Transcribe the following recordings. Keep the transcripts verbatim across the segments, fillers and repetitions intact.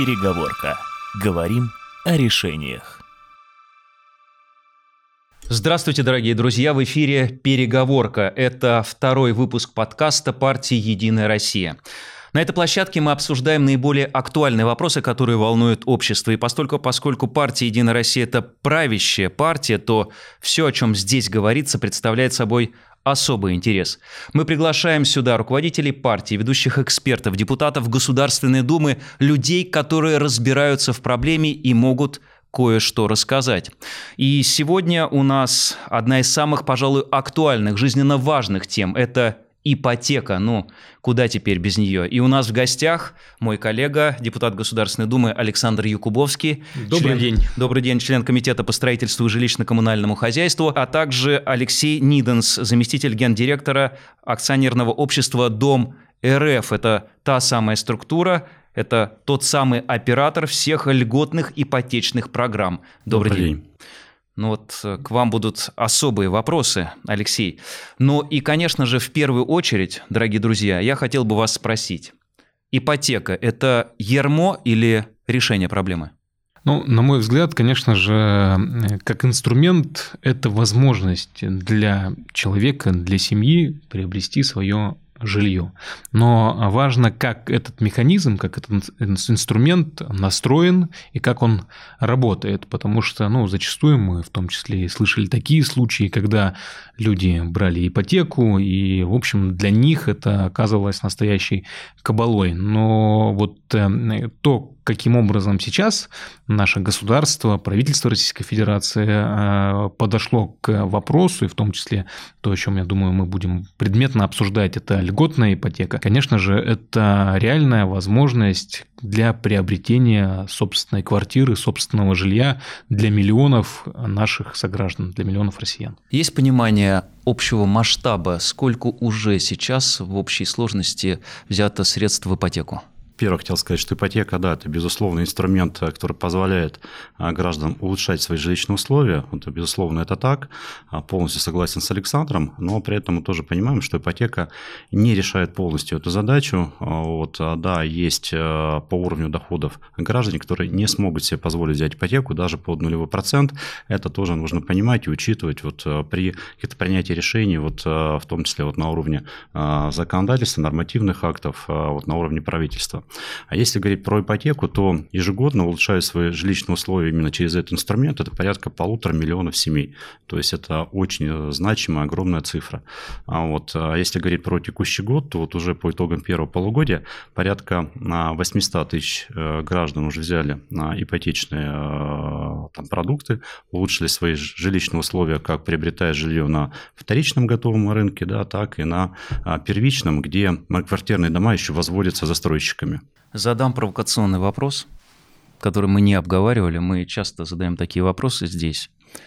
Переговорка. Говорим о решениях. Здравствуйте, дорогие друзья! В эфире «Переговорка». Это второй выпуск подкаста партии «Единая Россия». На этой площадке мы обсуждаем наиболее актуальные вопросы, которые волнуют общество. И постольку, поскольку партия «Единая Россия» – это правящая партия, то все, о чем здесь говорится, представляет собой особый интерес. Мы приглашаем сюда руководителей партии, ведущих экспертов, депутатов Государственной Думы, людей, которые разбираются в проблеме и могут кое-что рассказать. И сегодня у нас одна из самых, пожалуй, актуальных, жизненно важных тем – это ипотека. Ну, куда теперь без нее? И у нас в гостях мой коллега, депутат Государственной Думы Александр Якубовский. Добрый член, день. Добрый день. Член комитета по строительству и жилищно-коммунальному хозяйству, а также Алексей Ниденс, заместитель гендиректора акционерного общества «Дом РФ». Это та самая структура, это тот самый оператор всех льготных ипотечных программ. Добрый, Добрый день. день. Ну вот к вам будут особые вопросы, Алексей. Ну и, конечно же, в первую очередь, дорогие друзья, я хотел бы вас спросить. Ипотека – это ярмо или решение проблемы? Ну, на мой взгляд, конечно же, как инструмент, это возможность для человека, для семьи приобрести свое жилье. Но важно, как этот механизм, как этот инструмент настроен и как он работает, потому что, ну, зачастую мы в том числе и слышали такие случаи, когда люди брали ипотеку, и, в общем, для них это оказывалось настоящей кабалой. Но вот то, каким образом сейчас наше государство, правительство Российской Федерации подошло к вопросу, и в том числе то, о чем, я думаю, мы будем предметно обсуждать, это льготная ипотека. Конечно же, это реальная возможность для приобретения собственной квартиры, собственного жилья для миллионов наших сограждан, для миллионов россиян. Есть понимание общего масштаба, сколько уже сейчас в общей сложности взято средств в ипотеку? Первое, хотел сказать, что ипотека, да, это, безусловно, инструмент, который позволяет гражданам улучшать свои жилищные условия. Вот, безусловно, это так. Полностью согласен с Александром, но при этом мы тоже понимаем, что ипотека не решает полностью эту задачу. Вот, да, есть по уровню доходов граждане, которые не смогут себе позволить взять ипотеку даже под нулевой процент. Это тоже нужно понимать и учитывать вот, при каких-то принятии решений, вот, в том числе вот, на уровне законодательства, нормативных актов, вот, на уровне правительства. А если говорить про ипотеку, то ежегодно улучшают свои жилищные условия именно через этот инструмент, это порядка полутора миллионов семей. То есть это очень значимая, огромная цифра. А вот а если говорить про текущий год, то вот уже по итогам первого полугодия порядка восемьсот тысяч граждан уже взяли на ипотечные там, продукты, улучшили свои жилищные условия, как приобретая жилье на вторичном готовом рынке, да, так и на первичном, где многоквартирные дома еще возводятся застройщиками. Задам провокационный вопрос, который мы не обговаривали. Мы часто задаем такие вопросы здесь.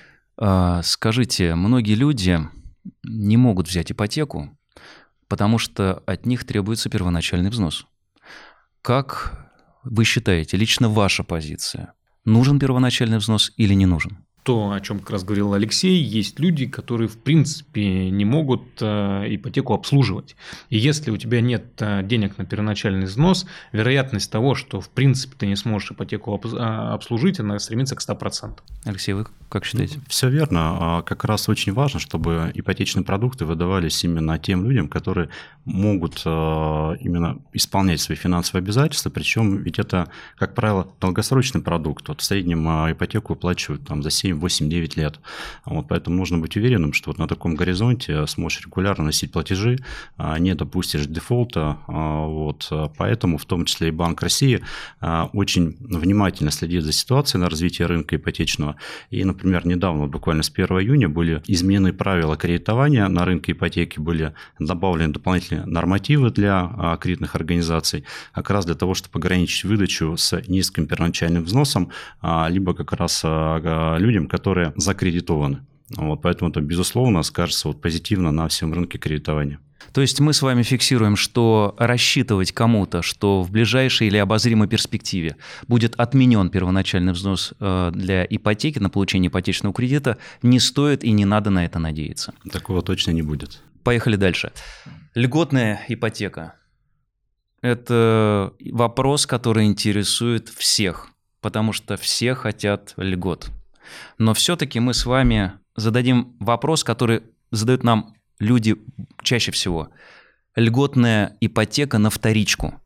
Скажите, многие люди не могут взять ипотеку, потому что от них требуется первоначальный взнос. Как вы считаете, лично ваша позиция, нужен первоначальный взнос или не нужен? То, о чем как раз говорил Алексей, есть люди, которые в принципе не могут ипотеку обслуживать. И если у тебя нет денег на первоначальный взнос, вероятность того, что в принципе ты не сможешь ипотеку обслужить, она стремится к ста процентам. Алексей, вы как считаете? Ну, все верно. Как раз очень важно, чтобы ипотечные продукты выдавались именно тем людям, которые могут именно исполнять свои финансовые обязательства. Причем ведь это, как правило, долгосрочный продукт. Вот в среднем ипотеку выплачивают там, за семь, восемь, девять лет. Вот, поэтому нужно быть уверенным, что вот на таком горизонте сможешь регулярно носить платежи, не допустишь дефолта. Вот, поэтому в том числе и Банк России очень внимательно следит за ситуацией на развитие рынка ипотечного. И, например, недавно, буквально с первого июня, были изменены правила кредитования на рынке ипотеки, были добавлены дополнительные нормативы для кредитных организаций, как раз для того, чтобы ограничить выдачу с низким первоначальным взносом, либо как раз людям, которые закредитованы. Вот, поэтому это, безусловно, скажется вот позитивно на всем рынке кредитования. То есть мы с вами фиксируем, что рассчитывать кому-то, что в ближайшей или обозримой перспективе будет отменен первоначальный взнос для ипотеки на получение ипотечного кредита, не стоит и не надо на это надеяться. Такого точно не будет. Поехали дальше. Льготная ипотека. это вопрос, который интересует всех, потому что все хотят льгот. Но все-таки мы с вами зададим вопрос, который задают нам люди чаще всего. Льготная ипотека на вторичку.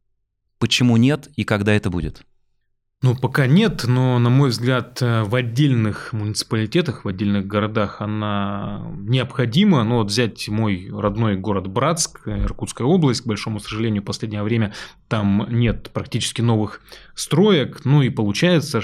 Почему нет и когда это будет? Ну, пока нет, но, на мой взгляд, в отдельных муниципалитетах, в отдельных городах она необходима. Ну, вот взять мой родной город Братск, Иркутская область, к большому сожалению, в последнее время там нет практически новых строек. Ну, и получается,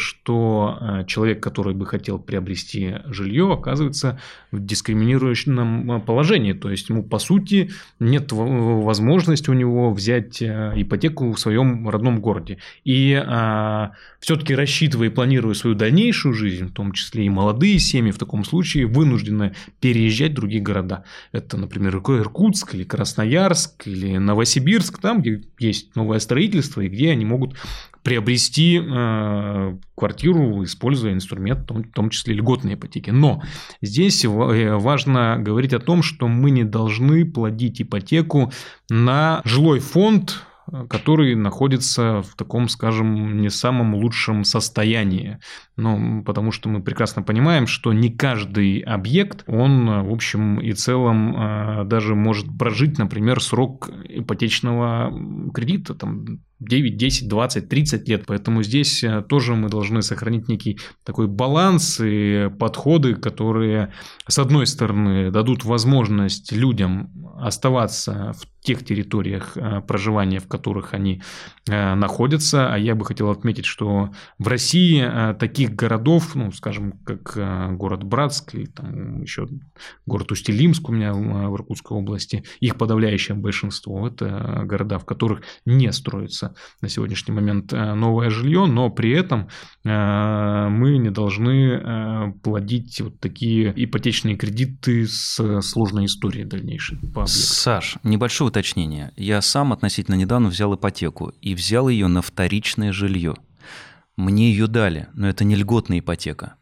что человек, который бы хотел приобрести жилье, оказывается в дискриминирующем положении. То есть, ему, по сути, нет возможности у него взять ипотеку в своем родном городе. И все-таки рассчитывая и планируя свою дальнейшую жизнь, в том числе и молодые семьи, в таком случае вынуждены переезжать в другие города. Это, например, Иркутск или Красноярск или Новосибирск, там, где есть новое строительство и где они могут приобрести э, квартиру, используя инструмент, в том, в том числе льготные ипотеки. Но здесь важно говорить о том, что мы не должны платить ипотеку на жилой фонд, который находится в таком, скажем, не самом лучшем состоянии. Ну, потому что мы прекрасно понимаем, что не каждый объект, он, в общем и целом, даже может прожить, например, срок ипотечного кредита, там, девять, десять, двадцать, тридцать лет. Поэтому здесь тоже мы должны сохранить некий такой баланс и подходы, которые, с одной стороны, дадут возможность людям оставаться в тех территориях проживания, в которых они находятся. А я бы хотел отметить, что в России таких городов, ну, скажем, как город Братск или там еще город Усть-Илимск у меня в Иркутской области, их подавляющее большинство – это города, в которых не строится на сегодняшний момент новое жилье, но при этом мы не должны платить вот такие ипотечные кредиты с сложной историей дальнейшей по объекту. Саш, небольшое уточнение. Я сам относительно недавно взял ипотеку и взял ее на вторичное жилье. Мне ее дали, но это не льготная ипотека.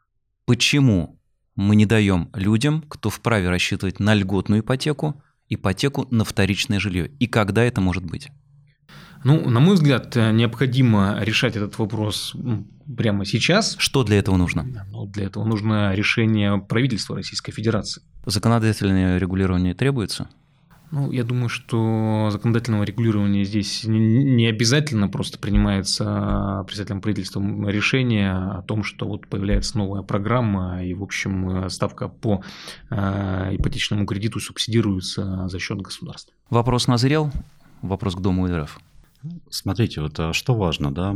Почему мы не даем людям, кто вправе рассчитывать на льготную ипотеку, ипотеку на вторичное жилье? И когда это может быть? Ну, на мой взгляд, необходимо решать этот вопрос прямо сейчас. Что для этого нужно? Ну, для этого нужно решение правительства Российской Федерации. Законодательное регулирование требуется? Ну, я думаю, что законодательного регулирования здесь не обязательно, просто принимается председателем правительства решение о том, что вот появляется новая программа, и, в общем, ставка по ипотечному кредиту субсидируется за счет государства. Вопрос назрел? Вопрос к Дому РФ. Смотрите, вот что важно, да,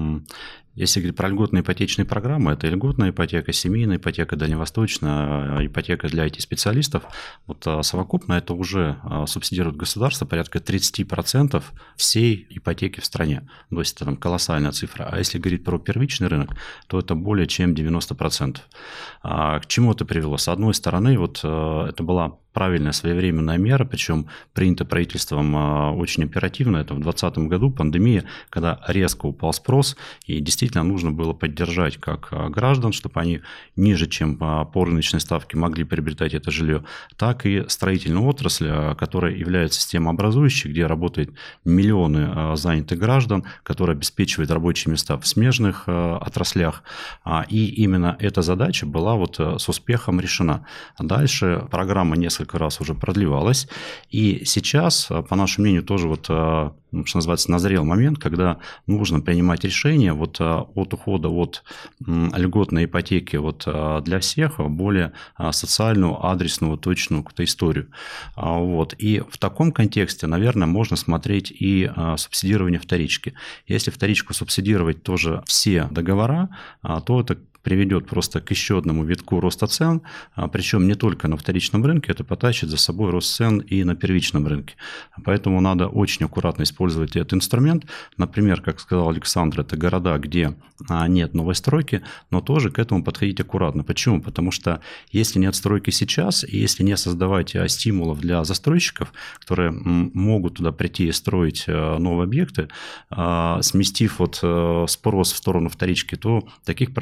если говорить про льготные ипотечные программы, это льготная ипотека, семейная ипотека, дальневосточная, ипотека для ай ти-специалистов, вот совокупно это уже субсидирует государство порядка тридцать процентов всей ипотеки в стране, то есть это там колоссальная цифра, а если говорить про первичный рынок, то это более чем девяносто процентов. А к чему это привело? С одной стороны, вот это была правильная своевременная мера, причем принята правительством очень оперативно, это в двадцать двадцатом году, пандемия, когда резко упал спрос, и действительно нужно было поддержать как граждан, чтобы они ниже, чем по рыночной ставке могли приобретать это жилье, так и строительную отрасль, которая является системообразующей, где работают миллионы занятых граждан, которая обеспечивает рабочие места в смежных отраслях, и именно эта задача была вот с успехом решена. Дальше программа несколько раз уже продлевалась, и сейчас, по нашему мнению, тоже вот, что называется, назрел момент, когда нужно принимать решение вот от ухода от льготной ипотеки вот для всех более социальную, адресную, точную какую-то историю. Вот. И в таком контексте, наверное, можно смотреть и субсидирование вторички. Если вторичку субсидировать тоже все договора, то это приведет просто к еще одному витку роста цен, причем не только на вторичном рынке, это потащит за собой рост цен и на первичном рынке. Поэтому надо очень аккуратно использовать этот инструмент. Например, как сказал Александр, это города, где нет новой стройки, но тоже к этому подходить аккуратно. Почему? Потому что если нет стройки сейчас, и если не создавать стимулов для застройщиков, которые могут туда прийти и строить новые объекты, сместив вот спрос в сторону вторички, то таких проектов может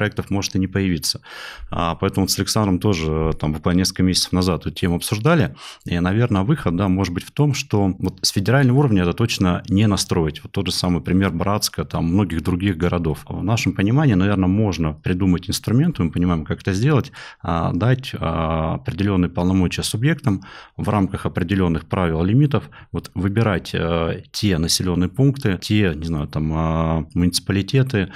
может и не появиться. Поэтому вот с Александром тоже там буквально несколько месяцев назад эту тему обсуждали. И, наверное, выход, да, может быть в том, что вот с федерального уровня это точно не настроить. Вот тот же самый пример Братска, там, многих других городов. В нашем понимании, наверное, можно придумать инструменты, мы понимаем, как это сделать, дать определенные полномочия субъектам в рамках определенных правил, лимитов, вот выбирать те населенные пункты, те, не знаю, там, муниципалитеты,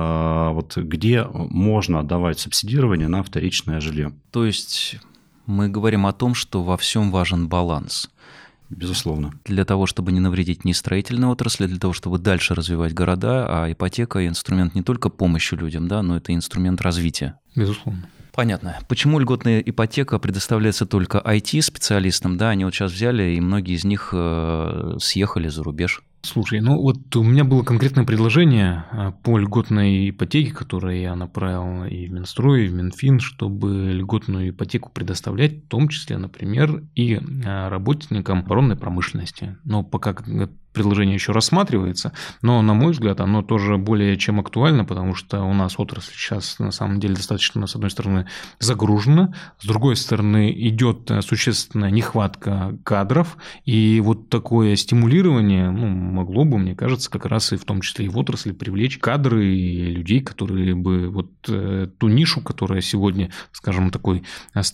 вот, где можно давать субсидирование на вторичное жилье. То есть мы говорим о том, что во всем важен баланс. Безусловно. Для того, чтобы не навредить ни строительной отрасли, для того, чтобы дальше развивать города, а ипотека – инструмент не только помощи людям, да, но это инструмент развития. Безусловно. Понятно. Почему льготная ипотека предоставляется только ай ти-специалистам? Да, они вот сейчас взяли, и многие из них съехали за рубеж. Слушай, ну вот у меня было конкретное предложение по льготной ипотеке, которое я направил и в Минстрой, и в Минфин, чтобы льготную ипотеку предоставлять, в том числе, например, и работникам оборонной промышленности. Но пока предложение еще рассматривается, но, на мой взгляд, оно тоже более чем актуально, потому что у нас отрасль сейчас, на самом деле, достаточно, с одной стороны, загружена, с другой стороны, идет существенная нехватка кадров, и вот такое стимулирование, ну, могло бы, мне кажется, как раз и в том числе и в отрасли привлечь кадры и людей, которые бы вот ту нишу, которая сегодня, скажем, такой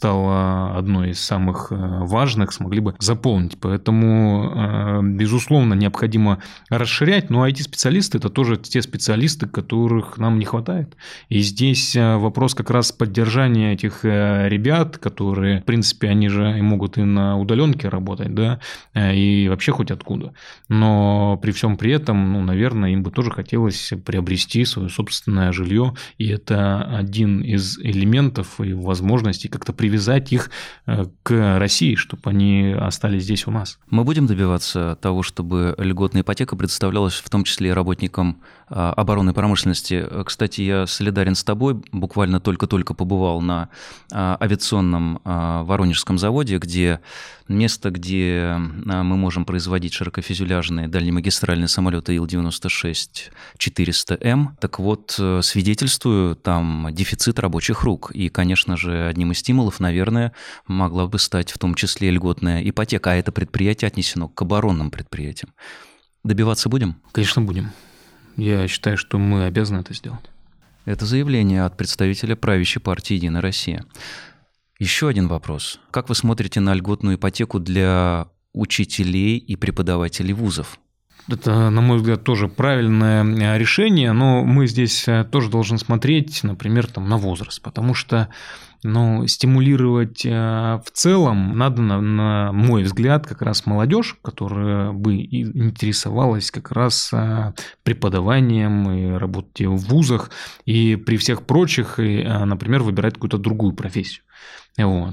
стала одной из самых важных, смогли бы заполнить. Поэтому, безусловно, необходимо расширять, но ай ти-специалисты – это тоже те специалисты, которых нам не хватает. И здесь вопрос как раз поддержания этих ребят, которые, в принципе, они же и могут и на удаленке работать, да, и вообще хоть откуда. Но при всем при этом, ну, наверное, им бы тоже хотелось приобрести свое собственное жилье, и это один из элементов и возможностей как-то привязать их к России, чтобы они остались здесь у нас. Мы будем добиваться того, чтобы льготная ипотека предоставлялась в том числе и работникам оборонной промышленности. Кстати, я солидарен с тобой, буквально только-только побывал на авиационном Воронежском заводе, где место, где мы можем производить широкофюзеляжные дальнемагистральные самолеты ил девяносто шесть четыреста эм. Так вот, свидетельствую, там дефицит рабочих рук. И, конечно же, одним из стимулов, наверное, могла бы стать в том числе льготная ипотека. А это предприятие отнесено к оборонным предприятиям. Добиваться будем? Конечно, будем. Я считаю, что мы обязаны это сделать. Это заявление от представителя правящей партии «Единая Россия». Еще один вопрос. Как вы смотрите на льготную ипотеку для учителей и преподавателей вузов? Это, на мой взгляд, тоже правильное решение, но мы здесь тоже должны смотреть, например, там, на возраст, потому что, ну, стимулировать в целом надо, на, на мой взгляд, как раз молодежь, которая бы интересовалась как раз преподаванием и работой в вузах, и при всех прочих, например, выбирать какую-то другую профессию. Вот.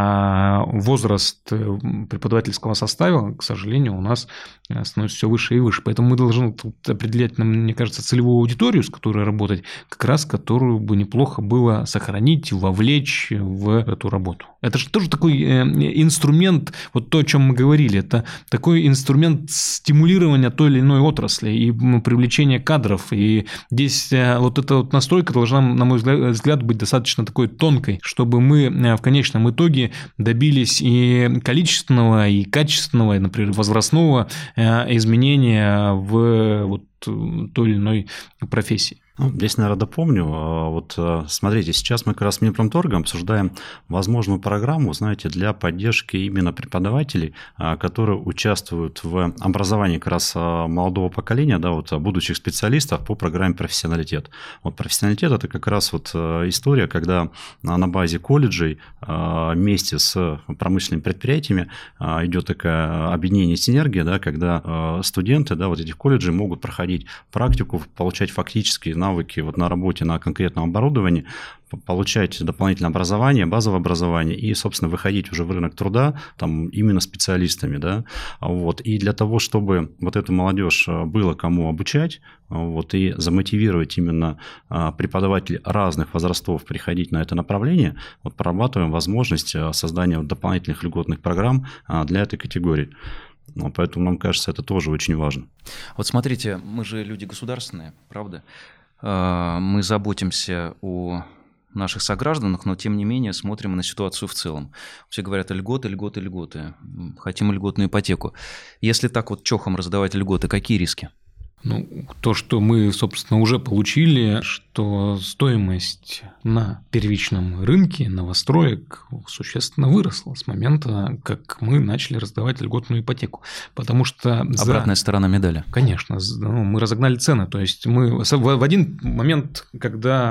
А возраст преподавательского состава, к сожалению, у нас становится все выше и выше. Поэтому мы должны тут определять, мне кажется, целевую аудиторию, с которой работать, как раз которую бы неплохо было сохранить, вовлечь в эту работу. Это же тоже такой инструмент, вот то, о чем мы говорили, это такой инструмент стимулирования той или иной отрасли и привлечения кадров. И здесь вот эта вот настройка должна, на мой взгляд, быть достаточно такой тонкой, чтобы мы в конечном итоге добились и количественного, и качественного, и, например, возрастного изменения в вот той или иной профессии. Ну, здесь, наверное, допомню. Вот смотрите, сейчас мы как раз с Минпромторгом обсуждаем возможную программу, знаете, для поддержки именно преподавателей, которые участвуют в образовании как раз молодого поколения, да, вот будущих специалистов по программе «Профессионалитет». Вот профессионалитет – это как раз вот история, когда на базе колледжей вместе с промышленными предприятиями идет такое объединение, синергия, да, когда студенты, да, вот этих колледжей могут проходить практику, получать фактические навыки навыки вот на работе на конкретном оборудовании, получать дополнительное образование, базовое образование и, собственно, выходить уже в рынок труда там, именно специалистами. Да? Вот. И для того, чтобы вот эту молодежь было кому обучать вот, и замотивировать именно преподавателей разных возрастов приходить на это направление, вот, прорабатываем возможность создания дополнительных льготных программ для этой категории. Ну, поэтому, нам кажется, это тоже очень важно. Вот смотрите, мы же люди государственные, правда? Мы заботимся о наших согражданах, но тем не менее смотрим на ситуацию в целом. Все говорят льготы, льготы, льготы. Хотим льготную ипотеку. Если так вот чохом раздавать льготы, какие риски? Ну, то, что мы, собственно, уже получили, что стоимость на первичном рынке новостроек существенно выросла с момента, как мы начали раздавать льготную ипотеку. Потому что... Обратная за... сторона медали. Конечно. Ну, мы разогнали цены. То есть, мы в один момент, когда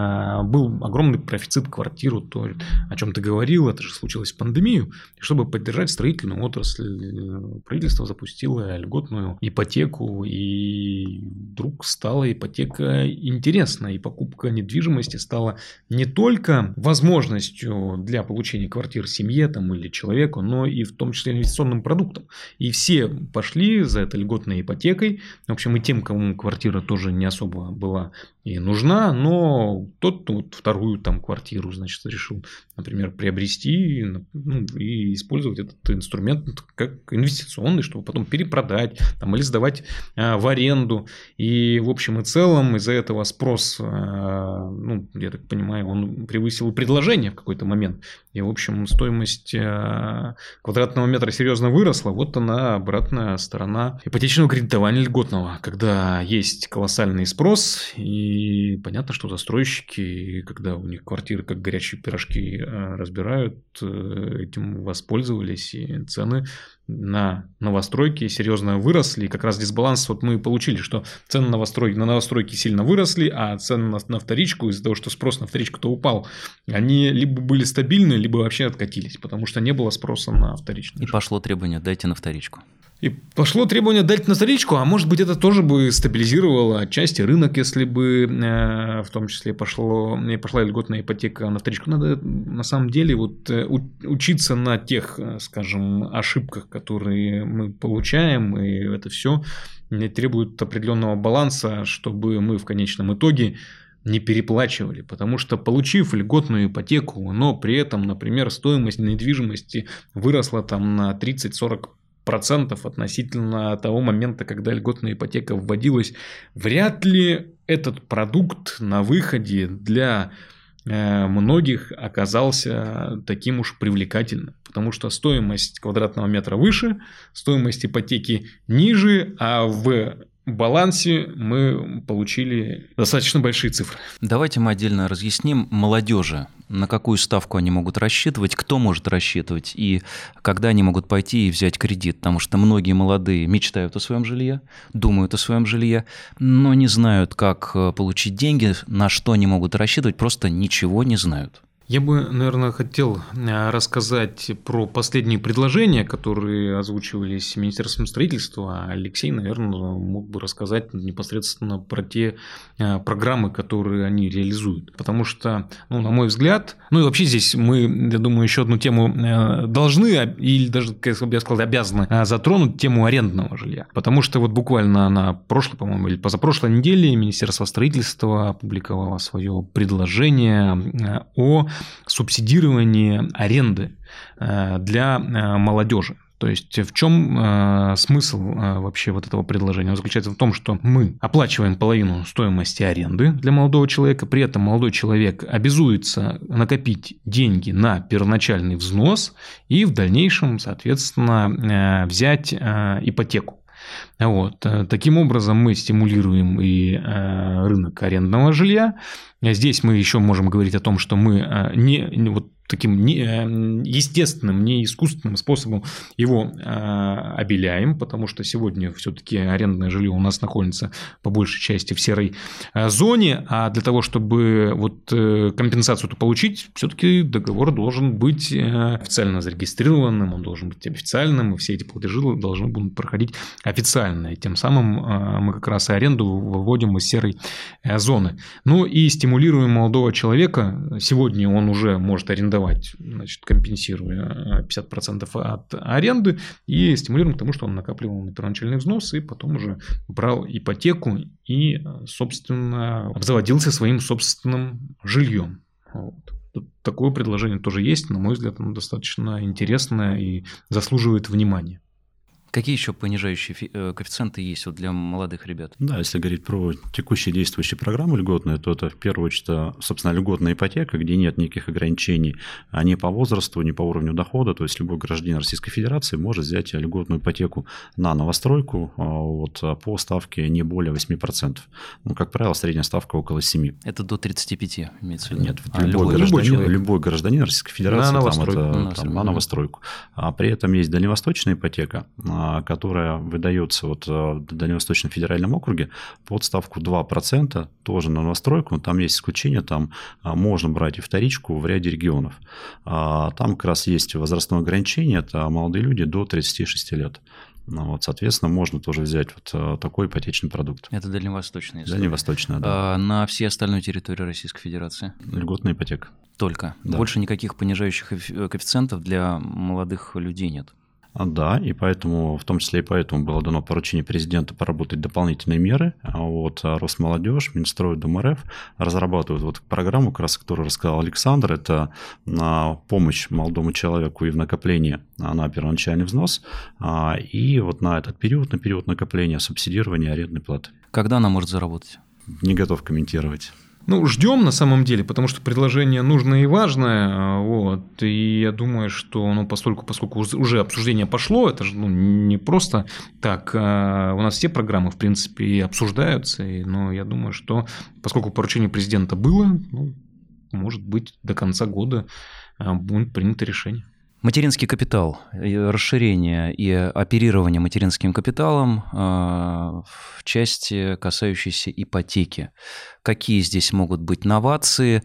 был огромный профицит квартир, то, о чем ты говорил, это же случилось в пандемию, и чтобы поддержать строительную отрасль, правительство запустило льготную ипотеку, и И вдруг стала ипотека интересна, и покупка недвижимости стала не только возможностью для получения квартир семье там, или человеку, но и в том числе инвестиционным продуктом. И все пошли за этой льготной ипотекой. В общем, и тем, кому квартира тоже не особо была и нужна, но тот вот вторую там квартиру, значит, решил, например, приобрести, ну, и использовать этот инструмент как инвестиционный, чтобы потом перепродать там, или сдавать а, в аренду. И в общем и целом из-за этого спрос, а, ну, я так понимаю, он превысил предложение в какой-то момент. И в общем стоимость а, квадратного метра серьезно выросла. Вот она, обратная сторона ипотечного кредитования льготного, когда есть колоссальный спрос. И понятно, что застройщики, когда у них квартиры как горячие пирожки разбирают, этим воспользовались, и цены на новостройки серьезно выросли. И как раз дисбаланс вот мы получили, что цены на новостройки, на новостройки сильно выросли, а цены на, на вторичку, из-за того, что спрос на вторичку-то упал, они либо были стабильны, либо вообще откатились, потому что не было спроса на вторичную. И пошло требование: дайте на вторичку. И пошло требование дать на вторичку, а может быть, это тоже бы стабилизировало отчасти рынок, если бы э, в том числе пошло, пошла льготная ипотека на вторичку. Надо на самом деле вот, э, учиться на тех, скажем, ошибках, которые мы получаем, и это все требует определенного баланса, чтобы мы в конечном итоге не переплачивали, потому что, получив льготную ипотеку, но при этом, например, стоимость недвижимости выросла там на тридцать-сорок процентов относительно того момента, когда льготная ипотека вводилась, вряд ли этот продукт на выходе для э, многих оказался таким уж привлекательным, потому что стоимость квадратного метра выше, стоимость ипотеки ниже, а в балансе мы получили достаточно большие цифры. Давайте мы отдельно разъясним молодежи, на какую ставку они могут рассчитывать, кто может рассчитывать и когда они могут пойти и взять кредит. Потому что многие молодые мечтают о своем жилье, думают о своем жилье, но не знают, как получить деньги, на что они могут рассчитывать, просто ничего не знают. Я бы, наверное, хотел рассказать про последние предложения, которые озвучивались Министерством строительства. Алексей, наверное, мог бы рассказать непосредственно про те программы, которые они реализуют. Потому что, ну, на мой взгляд, ну и вообще здесь мы, я думаю, еще одну тему должны, или даже, как я сказал, обязаны затронуть тему арендного жилья. Потому что вот буквально на прошлой, по-моему, или позапрошлой неделе Министерство строительства опубликовало свое предложение о субсидирование аренды для молодежи. То есть, в чем смысл вообще вот этого предложения? Он заключается в том, что мы оплачиваем половину стоимости аренды для молодого человека, при этом молодой человек обязуется накопить деньги на первоначальный взнос и в дальнейшем, соответственно, взять ипотеку. Вот. Таким образом, мы стимулируем и рынок арендного жилья. Здесь мы еще можем говорить о том, что мы не, не вот таким не, естественным, не искусственным способом его обеляем, потому что сегодня все-таки арендное жилье у нас находится по большей части в серой зоне, а для того, чтобы вот компенсацию-то получить, все-таки договор должен быть официально зарегистрированным, он должен быть официальным, и все эти платежи должны будут проходить официально. И тем самым мы как раз и аренду выводим из серой зоны. Ну и стимулируем молодого человека. Сегодня он уже может арендовать, значит, компенсируя пятьдесят процентов от аренды, и стимулируем к тому, что он накапливал на первоначальный взнос и потом уже брал ипотеку и, собственно, обзаводился своим собственным жильем. Вот. Такое предложение тоже есть, на мой взгляд, оно достаточно интересное и заслуживает внимания. Какие еще понижающие коэффициенты есть вот для молодых ребят? Да, если говорить про текущие действующие программы льготные, то это в первую очередь, собственно, льготная ипотека, где нет никаких ограничений ни по возрасту, ни по уровню дохода. То есть любой гражданин Российской Федерации может взять льготную ипотеку на новостройку вот, по ставке не более восемь процентов. Ну, как правило, средняя ставка около семь процентов. Это до тридцати пяти имеется в виду? Нет, а, любой, любой, гражданин, любой, любой гражданин Российской Федерации на там, новостройку. это, на, там, на новостройку. А при этом есть дальневосточная ипотека, которая выдается вот в Дальневосточном федеральном округе под ставку два процента, тоже на новостройку. Там есть исключение, там можно брать и вторичку в ряде регионов. Там как раз есть возрастное ограничение, это молодые люди до тридцати шести лет. Вот, соответственно, можно тоже взять вот такой ипотечный продукт. Это дальневосточная история. Дальневосточная, да. А на всей остальной территории Российской Федерации? Льготная ипотека. Только? Да. Больше никаких понижающих коэффициентов для молодых людей нет? Да, и поэтому, в том числе и поэтому было дано поручение президенту поработать дополнительные меры. Вот Росмолодежь, Минстрой, ДомРФ разрабатывают вот программу, как раз, которую рассказал Александр, это на помощь молодому человеку и в накоплении на первоначальный взнос, и вот на этот период, на период накопления субсидирования арендной платы. Когда она может заработать? Не готов комментировать. Ну, ждем на самом деле, потому что предложение нужное и важное, вот, и я думаю, что, ну, поскольку, поскольку уже обсуждение пошло, это же, ну, не просто так, а у нас все программы, в принципе, обсуждаются, и, но я думаю, что, поскольку поручение президента было, ну, может быть, до конца года будет принято решение. Материнский капитал, расширение и оперирование материнским капиталом в части, касающейся ипотеки. Какие здесь могут быть новации,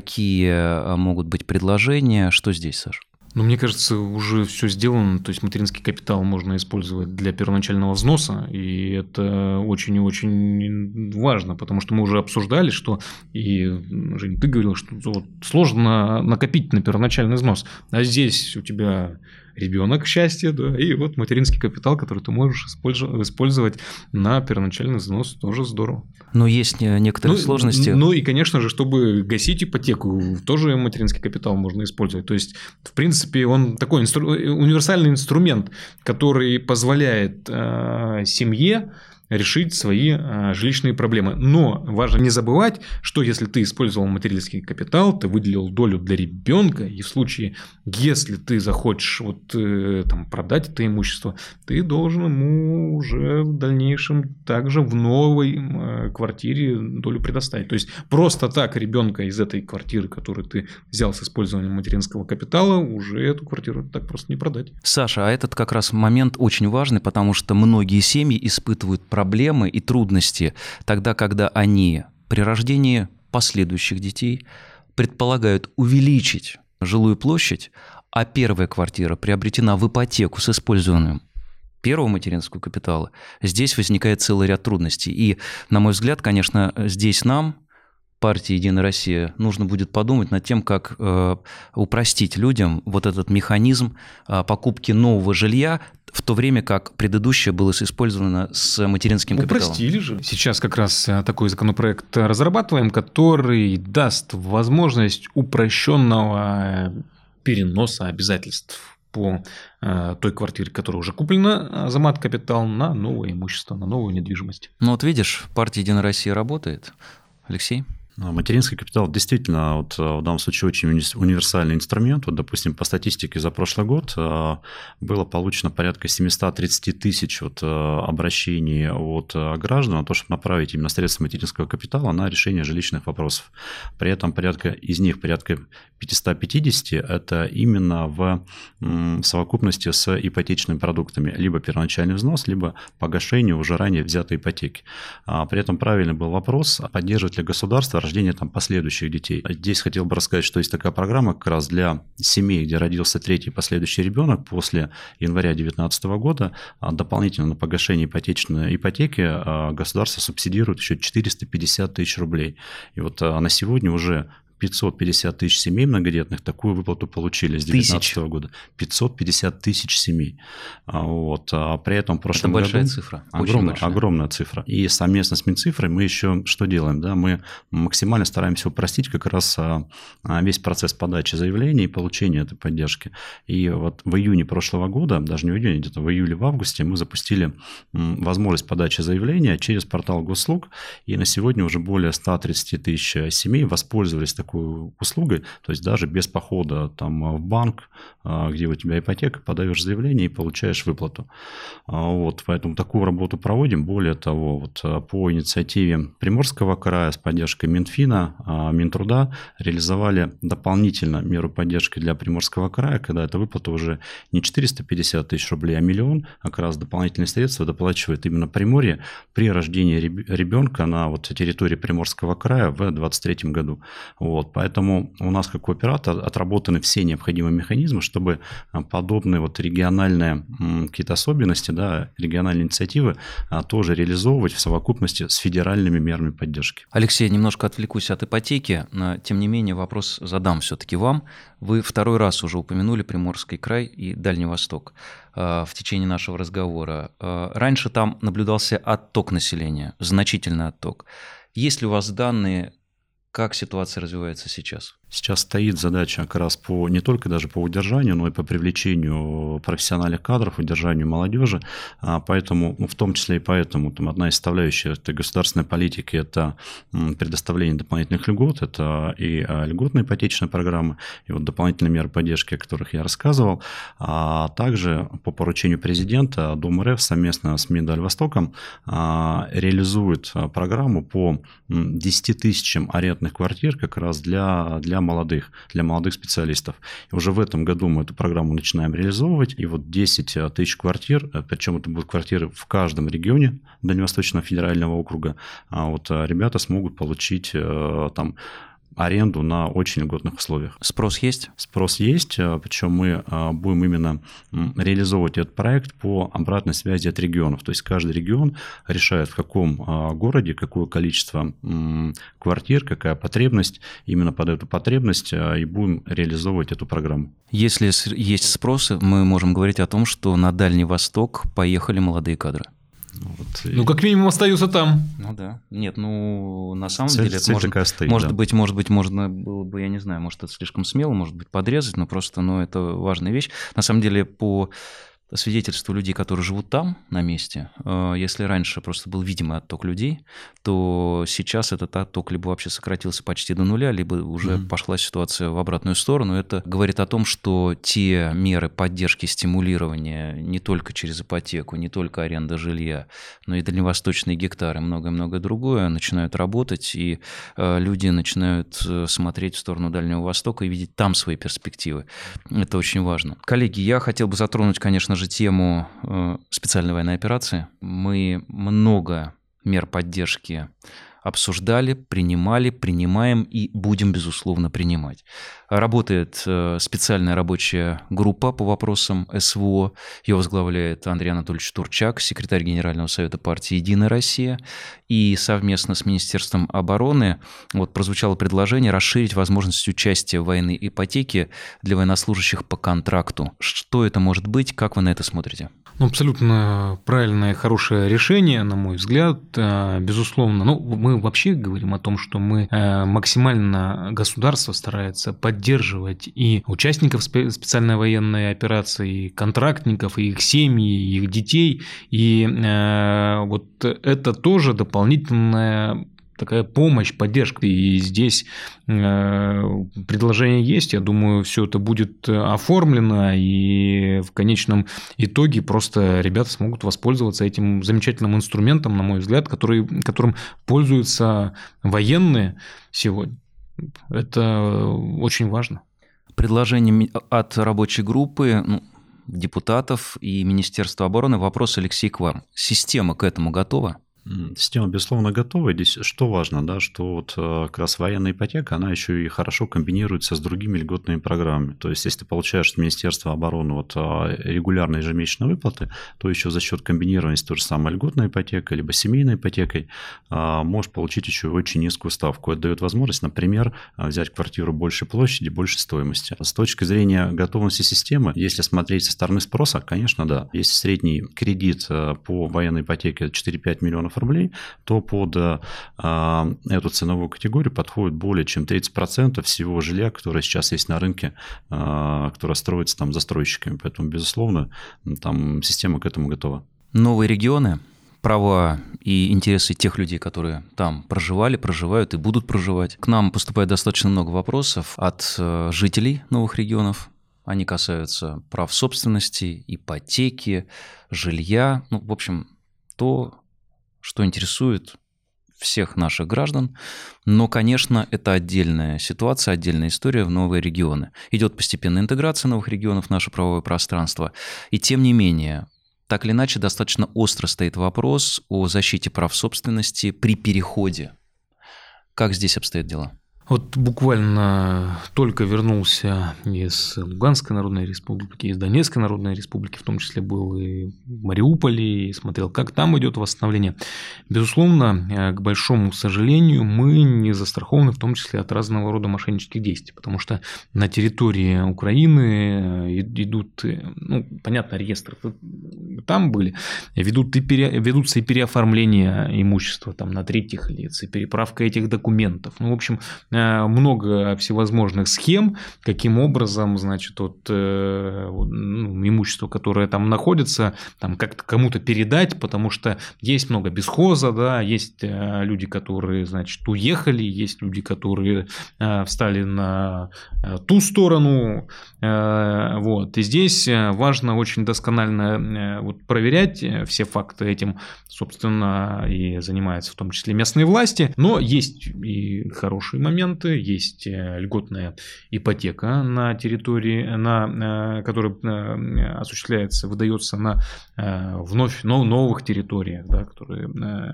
какие могут быть предложения? Что здесь, Саш? Ну, мне кажется, уже все сделано, то есть материнский капитал можно использовать для первоначального взноса, и это очень и очень важно, потому что мы уже обсуждали, что, и, Жень, ты говорил, что вот, сложно накопить на первоначальный взнос, а здесь у тебя ребенок, счастье, да, и вот материнский капитал, который ты можешь использовать на первоначальный взнос, тоже здорово. Но есть некоторые ну, сложности. Ну и, конечно же, чтобы гасить ипотеку, тоже материнский капитал можно использовать. То есть, в принципе, он такой инстру... универсальный инструмент, который позволяет э, семье решить свои а, жилищные проблемы. Но важно не забывать, что если ты использовал материнский капитал, ты выделил долю для ребенка, и в случае, если ты захочешь вот, э, там, продать это имущество, ты должен ему уже в дальнейшем также в новой э, квартире долю предоставить. То есть, просто так ребенка из этой квартиры, которую ты взял с использованием материнского капитала, уже эту квартиру так просто не продать. Саша, а этот как раз момент очень важный, потому что многие семьи испытывают проблемы и трудности тогда, когда они при рождении последующих детей предполагают увеличить жилую площадь, а первая квартира приобретена в ипотеку с использованием первого материнского капитала, здесь возникает целый ряд трудностей. И, на мой взгляд, конечно, здесь нам, партии «Единая Россия», нужно будет подумать над тем, как э, упростить людям вот этот механизм э, покупки нового жилья, в то время как предыдущее было использовано с материнским капиталом. Упростили же. Сейчас как раз такой законопроект разрабатываем, который даст возможность упрощенного переноса обязательств по э, той квартире, которая уже куплена за мат-капитал, на новое имущество, на новую недвижимость. Ну вот видишь, партия «Единая Россия» работает. Алексей? Материнский капитал действительно вот, в данном случае очень универсальный инструмент. Вот, допустим, по статистике за прошлый год было получено порядка семьсот тридцать тысяч вот, обращений от граждан на то, чтобы направить именно средства материнского капитала на решение жилищных вопросов. При этом порядка из них порядка пятьсот пятьдесят это именно в совокупности с ипотечными продуктами. Либо первоначальный взнос, либо погашение уже ранее взятой ипотеки. При этом правильный был вопрос, поддерживает ли государство рождения там последующих детей. Здесь хотел бы рассказать, что есть такая программа как раз для семей, где родился третий последующий ребенок после января две тысячи девятнадцатого года. Дополнительно на погашение ипотечной ипотеки государство субсидирует еще четыреста пятьдесят тысяч рублей. И вот на сегодня уже пятьсот пятьдесят тысяч семей многодетных такую выплату получили с две тысячи девятнадцатого года. пятьсот пятьдесят тысяч семей. Вот. А при этом в прошлом Это большая году... цифра. Огромная, большая. огромная цифра. И совместно с Минцифрой мы еще что делаем? Да? Мы максимально стараемся упростить как раз весь процесс подачи заявлений и получения этой поддержки. И вот в июне прошлого года, даже не в июне, где-то в июле, в августе мы запустили возможность подачи заявления через портал госуслуг. И на сегодня уже более ста тридцати тысяч семей воспользовались такой услугой, то есть даже без похода там, в банк, где у тебя ипотека, подаешь заявление и получаешь выплату. Вот, поэтому такую работу проводим. Более того, вот, по инициативе Приморского края с поддержкой Минфина, Минтруда реализовали дополнительно меру поддержки для Приморского края, когда эта выплата уже не четыреста пятьдесят тысяч рублей, а миллион, как раз дополнительные средства доплачивает именно Приморье при рождении ребенка на вот территории Приморского края в двадцать третьем году. Вот, поэтому у нас, как у оператора, отработаны все необходимые механизмы, чтобы подобные вот региональные какие-то особенности, да, региональные инициативы тоже реализовывать в совокупности с федеральными мерами поддержки. Алексей, немножко отвлекусь от ипотеки, но тем не менее вопрос задам все-таки вам. Вы второй раз уже упомянули Приморский край и Дальний Восток в течение нашего разговора. Раньше там наблюдался отток населения, значительный отток. Есть ли у вас данные, как ситуация развивается сейчас? Сейчас стоит задача как раз по, не только даже по удержанию, но и по привлечению профессиональных кадров, удержанию молодежи. Поэтому, ну, в том числе и поэтому, там, одна из составляющих этой государственной политики – это предоставление дополнительных льгот, это и льготные ипотечные программы, и вот дополнительные меры поддержки, о которых я рассказывал. А также по поручению президента Дом РФ совместно с Миндальвостоком реализует программу по десяти тысячам арендных квартир как раз для, для молодых, для молодых специалистов. И уже в этом году мы эту программу начинаем реализовывать. И вот десять тысяч квартир, причем это будут квартиры в каждом регионе Дальневосточного федерального округа, а вот ребята смогут получить там аренду на очень льготных условиях. Спрос есть? Спрос есть, причем мы будем именно реализовывать этот проект по обратной связи от регионов. То есть каждый регион решает, в каком городе какое количество квартир, какая потребность, именно под эту потребность и будем реализовывать эту программу. Если есть спрос, мы можем говорить о том, что на Дальний Восток поехали молодые кадры. Вот. Ну, как минимум, остаются там. Ну да. Нет, ну, на самом цель, деле, цель это может, стоит, может да. быть, может быть, можно было бы, я не знаю, может, это слишком смело, может быть, подрезать, но просто, ну, это важная вещь. На самом деле, по свидетельству людей, которые живут там, на месте, если раньше просто был видимый отток людей, то сейчас этот отток либо вообще сократился почти до нуля, либо уже mm-hmm. пошла ситуация в обратную сторону. Это говорит о том, что те меры поддержки, стимулирования не только через ипотеку, не только аренда жилья, но и дальневосточные гектары, многое-многое другое начинают работать, и люди начинают смотреть в сторону Дальнего Востока и видеть там свои перспективы. Это очень важно. Коллеги, я хотел бы затронуть, конечно же, тему специальной военной операции. Мы много мер поддержки обсуждали, принимали, принимаем и будем, безусловно, принимать. Работает специальная рабочая группа по вопросам СВО. Ее возглавляет Андрей Анатольевич Турчак, секретарь Генерального совета партии «Единая Россия». И совместно с Министерством обороны вот прозвучало предложение расширить возможность участия в военной ипотеке для военнослужащих по контракту. Что это может быть? Как вы на это смотрите? Ну, абсолютно правильное, хорошее решение, на мой взгляд, безусловно. Ну, мы вообще говорим о том, что мы максимально, государство старается поддерживать и участников специальной военной операции, и контрактников, и их семьи, и их детей. И вот это тоже дополнительная такая помощь, поддержка. И здесь э, предложение есть. Я думаю, все это будет оформлено, и в конечном итоге просто ребята смогут воспользоваться этим замечательным инструментом, на мой взгляд, который, которым пользуются военные сегодня. Это очень важно. Предложение от рабочей группы, ну, депутатов и Министерства обороны. Вопрос, Алексей, к вам. Система к этому готова? Система, безусловно, готова. Здесь что важно, да, что вот как раз военная ипотека, она еще и хорошо комбинируется с другими льготными программами. То есть, если ты получаешь от Министерства обороны вот регулярные ежемесячные выплаты, то еще за счет комбинирования с той же самой льготной ипотекой, либо семейной ипотекой, можешь получить еще очень низкую ставку. Это дает возможность, например, взять квартиру большей площади, большей стоимости. С точки зрения готовности системы, если смотреть со стороны спроса, конечно, да. Если средний кредит по военной ипотеке четыре-пять миллионов рублей, то под э, эту ценовую категорию подходит более чем тридцать процентов всего жилья, которое сейчас есть на рынке, э, которое строится там застройщиками. Поэтому, безусловно, там система к этому готова. Новые регионы, права и интересы тех людей, которые там проживали, проживают и будут проживать. К нам поступает достаточно много вопросов от э, жителей новых регионов. Они касаются прав собственности, ипотеки, жилья. Ну, в общем, то, что интересует всех наших граждан. Но, конечно, это отдельная ситуация, отдельная история в новые регионы. Идет постепенная интеграция новых регионов в наше правовое пространство. И тем не менее, так или иначе, достаточно остро стоит вопрос о защите прав собственности при переходе. Как здесь обстоят дела? Вот буквально только вернулся из Луганской Народной Республики, из Донецкой Народной Республики, в том числе был и в Мариуполе, и смотрел, как там идет восстановление. Безусловно, к большому сожалению, мы не застрахованы, в том числе от разного рода мошеннических действий, потому что на территории Украины идут, ну, понятно, реестры там были, ведут и пере, ведутся и переоформления имущества там, на третьих лиц, и переправка этих документов. Ну, в общем, много всевозможных схем, каким образом, значит, вот, э, ну, имущество, которое там находится, там как-то кому-то передать, потому что есть много бесхоза, да, есть э, люди, которые, значит, уехали, есть люди, которые э, встали на э, ту сторону, э, вот, и здесь важно очень досконально э, вот, проверять все факты. Этим, собственно, и занимаются в том числе местные власти, но есть и хорошие моменты. Есть льготная ипотека на территории, на, которая осуществляется, выдается на вновь новых территориях, да, которые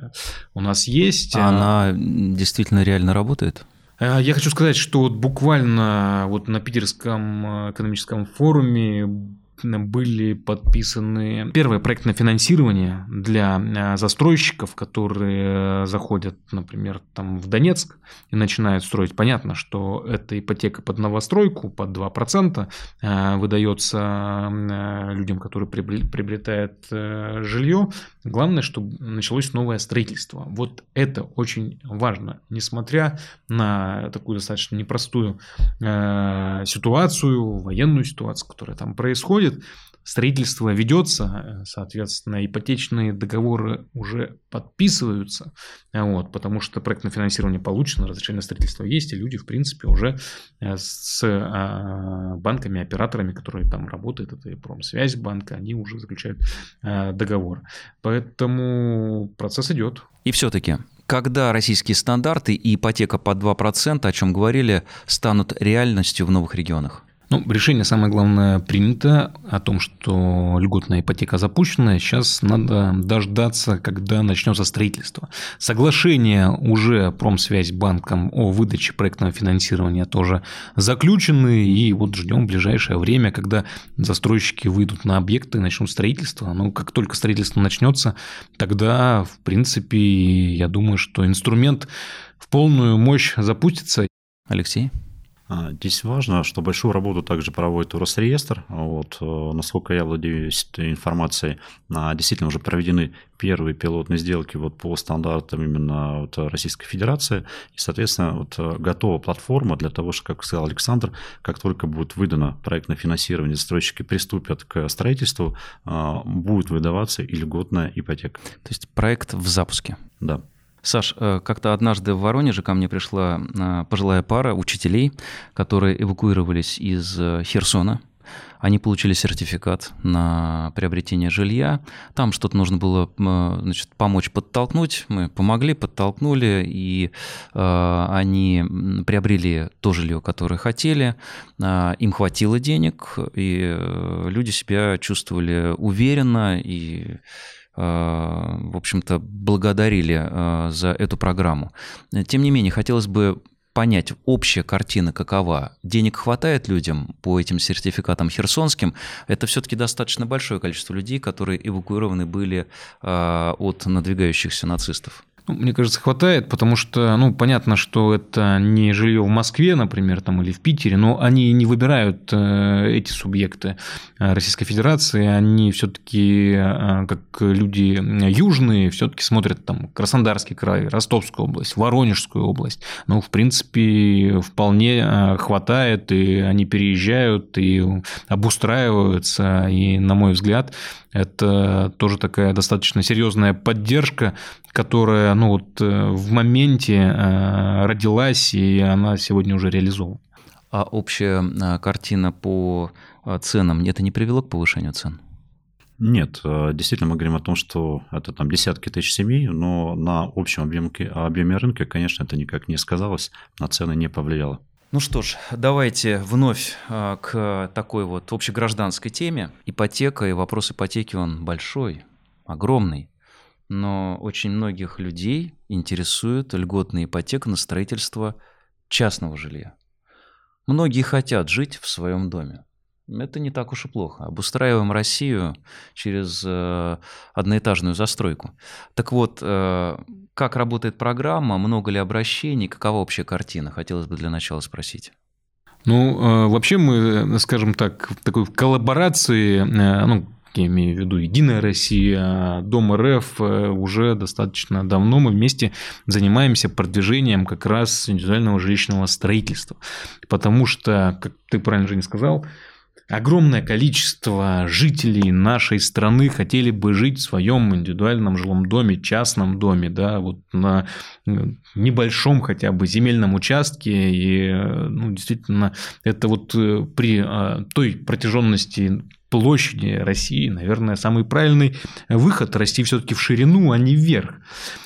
у нас есть. Она действительно реально работает? Я хочу сказать, что вот буквально вот на Питерском экономическом форуме были подписаны первое проектное финансирование для застройщиков, которые заходят, например, там в Донецк и начинают строить. Понятно, что эта ипотека под новостройку, под два процента выдается людям, которые приобретают жилье. Главное, чтобы началось новое строительство. Вот это очень важно. Несмотря на такую достаточно непростую ситуацию, военную ситуацию, которая там происходит, строительство ведется, соответственно, ипотечные договоры уже подписываются, вот, потому что проектное финансирование получено, разрешение на строительство есть, и люди, в принципе, уже с банками, операторами, которые там работают, это и Промсвязьбанк, они уже заключают договор. Поэтому процесс идет. И все-таки, когда российские стандарты и ипотека под два процента, о чем говорили, станут реальностью в новых регионах? Ну, решение, самое главное, принято о том, что льготная ипотека запущена. Сейчас надо дождаться, когда начнется строительство. Соглашения уже Промсвязьбанком о выдаче проектного финансирования тоже заключены. И вот ждем в ближайшее время, когда застройщики выйдут на объекты и начнут строительство. Ну, как только строительство начнется, тогда, в принципе, я думаю, что инструмент в полную мощь запустится. Алексей? Здесь важно, что большую работу также проводит Росреестр. Вот, насколько я владею этой информацией, действительно уже проведены первые пилотные сделки вот по стандартам именно вот Российской Федерации. И, соответственно, вот готова платформа для того, что, как сказал Александр, как только будет выдано проектное финансирование, застройщики приступят к строительству, будет выдаваться и льготная ипотека. То есть проект в запуске? Да. Саш, как-то однажды в Воронеже ко мне пришла пожилая пара учителей, которые эвакуировались из Херсона. Они получили сертификат на приобретение жилья. Там что-то нужно было, значит, помочь подтолкнуть. Мы помогли, подтолкнули, и э, они приобрели то жилье, которое хотели. Э, им хватило денег, и люди себя чувствовали уверенно и в общем-то, благодарили за эту программу. Тем не менее, хотелось бы понять, общая картина какова. Денег хватает людям по этим сертификатам херсонским? Это все-таки достаточно большое количество людей, которые эвакуированы были от надвигающихся нацистов. Ну, мне кажется, хватает, потому что, ну, понятно, что это не жилье в Москве, например, там, или в Питере, но они не выбирают эти субъекты Российской Федерации, они все-таки, как люди южные, все-таки смотрят там Краснодарский край, Ростовскую область, Воронежскую область. Ну, в принципе, вполне хватает, и они переезжают, и обустраиваются, и, на мой взгляд, это тоже такая достаточно серьезная поддержка, которая, ну, вот в моменте родилась, и она сегодня уже реализована. А общая картина по ценам, это не привело к повышению цен? Нет, действительно мы говорим о том, что это там десятки тысяч семей, но на общем объеме, объеме рынка, конечно, это никак не сказалось, на цены не повлияло. Ну что ж, давайте вновь к такой вот общегражданской теме. Ипотека и вопрос ипотеки, он большой, огромный, но очень многих людей интересует льготная ипотека на строительство частного жилья. Многие хотят жить в своем доме. Это не так уж и плохо. Обустраиваем Россию через э, одноэтажную застройку. Так вот, э, как работает программа, много ли обращений, какова общая картина? Хотелось бы для начала спросить. Ну, э, вообще мы, скажем так, в такой коллаборации, э, ну, я имею в виду «Единая Россия», Дом РФ, уже достаточно давно мы вместе занимаемся продвижением как раз индивидуального жилищного строительства. Потому что, как ты правильно же не сказал, огромное количество жителей нашей страны хотели бы жить в своем индивидуальном жилом доме, частном доме, да, вот на небольшом хотя бы земельном участке. И, ну, действительно, это вот при той протяженности площади России, наверное, самый правильный выход – расти все-таки в ширину, а не вверх.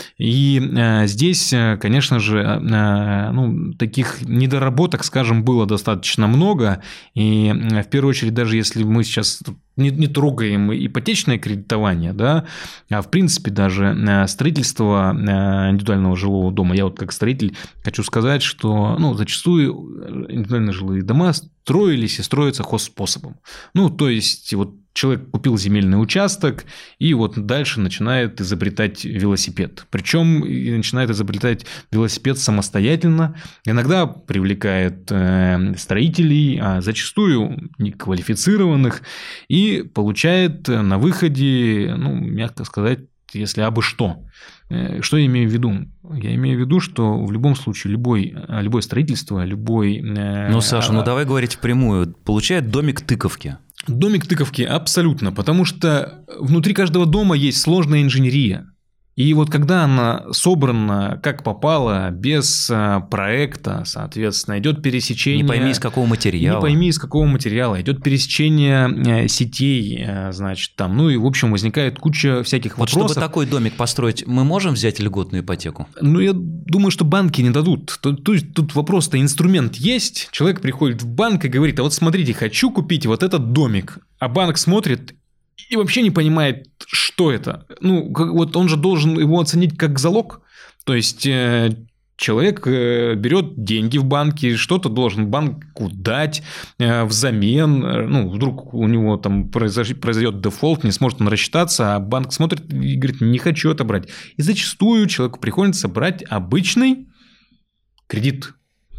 И э, здесь, конечно же, э, ну, таких недоработок, скажем, было достаточно много. И э, в первую очередь, даже если мы сейчас не, не трогаем ипотечное кредитование, да, а в принципе даже строительство индивидуального жилого дома, я вот как строитель хочу сказать, что, ну, зачастую индивидуальные жилые дома строились и строятся хозспособом. Ну, то есть, вот человек купил земельный участок и вот дальше начинает изобретать велосипед. Причем начинает изобретать велосипед самостоятельно. Иногда привлекает строителей, а зачастую неквалифицированных, и получает на выходе, ну, мягко сказать, если абы что. Что я имею в виду? Я имею в виду, что в любом случае любой, любое строительство, любой... Ну, Саша, ну давай говорить впрямую. Получает домик тыковки. Домик тыковки, абсолютно, потому что внутри каждого дома есть сложная инженерия. И вот когда она собрана как попало, без проекта, соответственно, идет пересечение... Не пойми, из какого материала. Не пойми, из какого материала. Идет пересечение сетей, значит, там, ну и, в общем, возникает куча всяких вот вопросов. Чтобы такой домик построить, мы можем взять льготную ипотеку? Ну, я думаю, что банки не дадут. То, то есть, тут вопрос-то, инструмент есть, человек приходит в банк и говорит, а вот смотрите, хочу купить вот этот домик. А банк смотрит и вообще не понимает, что это. Ну, вот он же должен его оценить как залог. То есть, э, человек э, берет деньги в банке, что-то должен банку дать э, взамен. Ну, вдруг у него там произойдет, произойдет дефолт, не сможет он рассчитаться, а банк смотрит и говорит, не хочу это брать. И зачастую человеку приходится брать обычный кредит.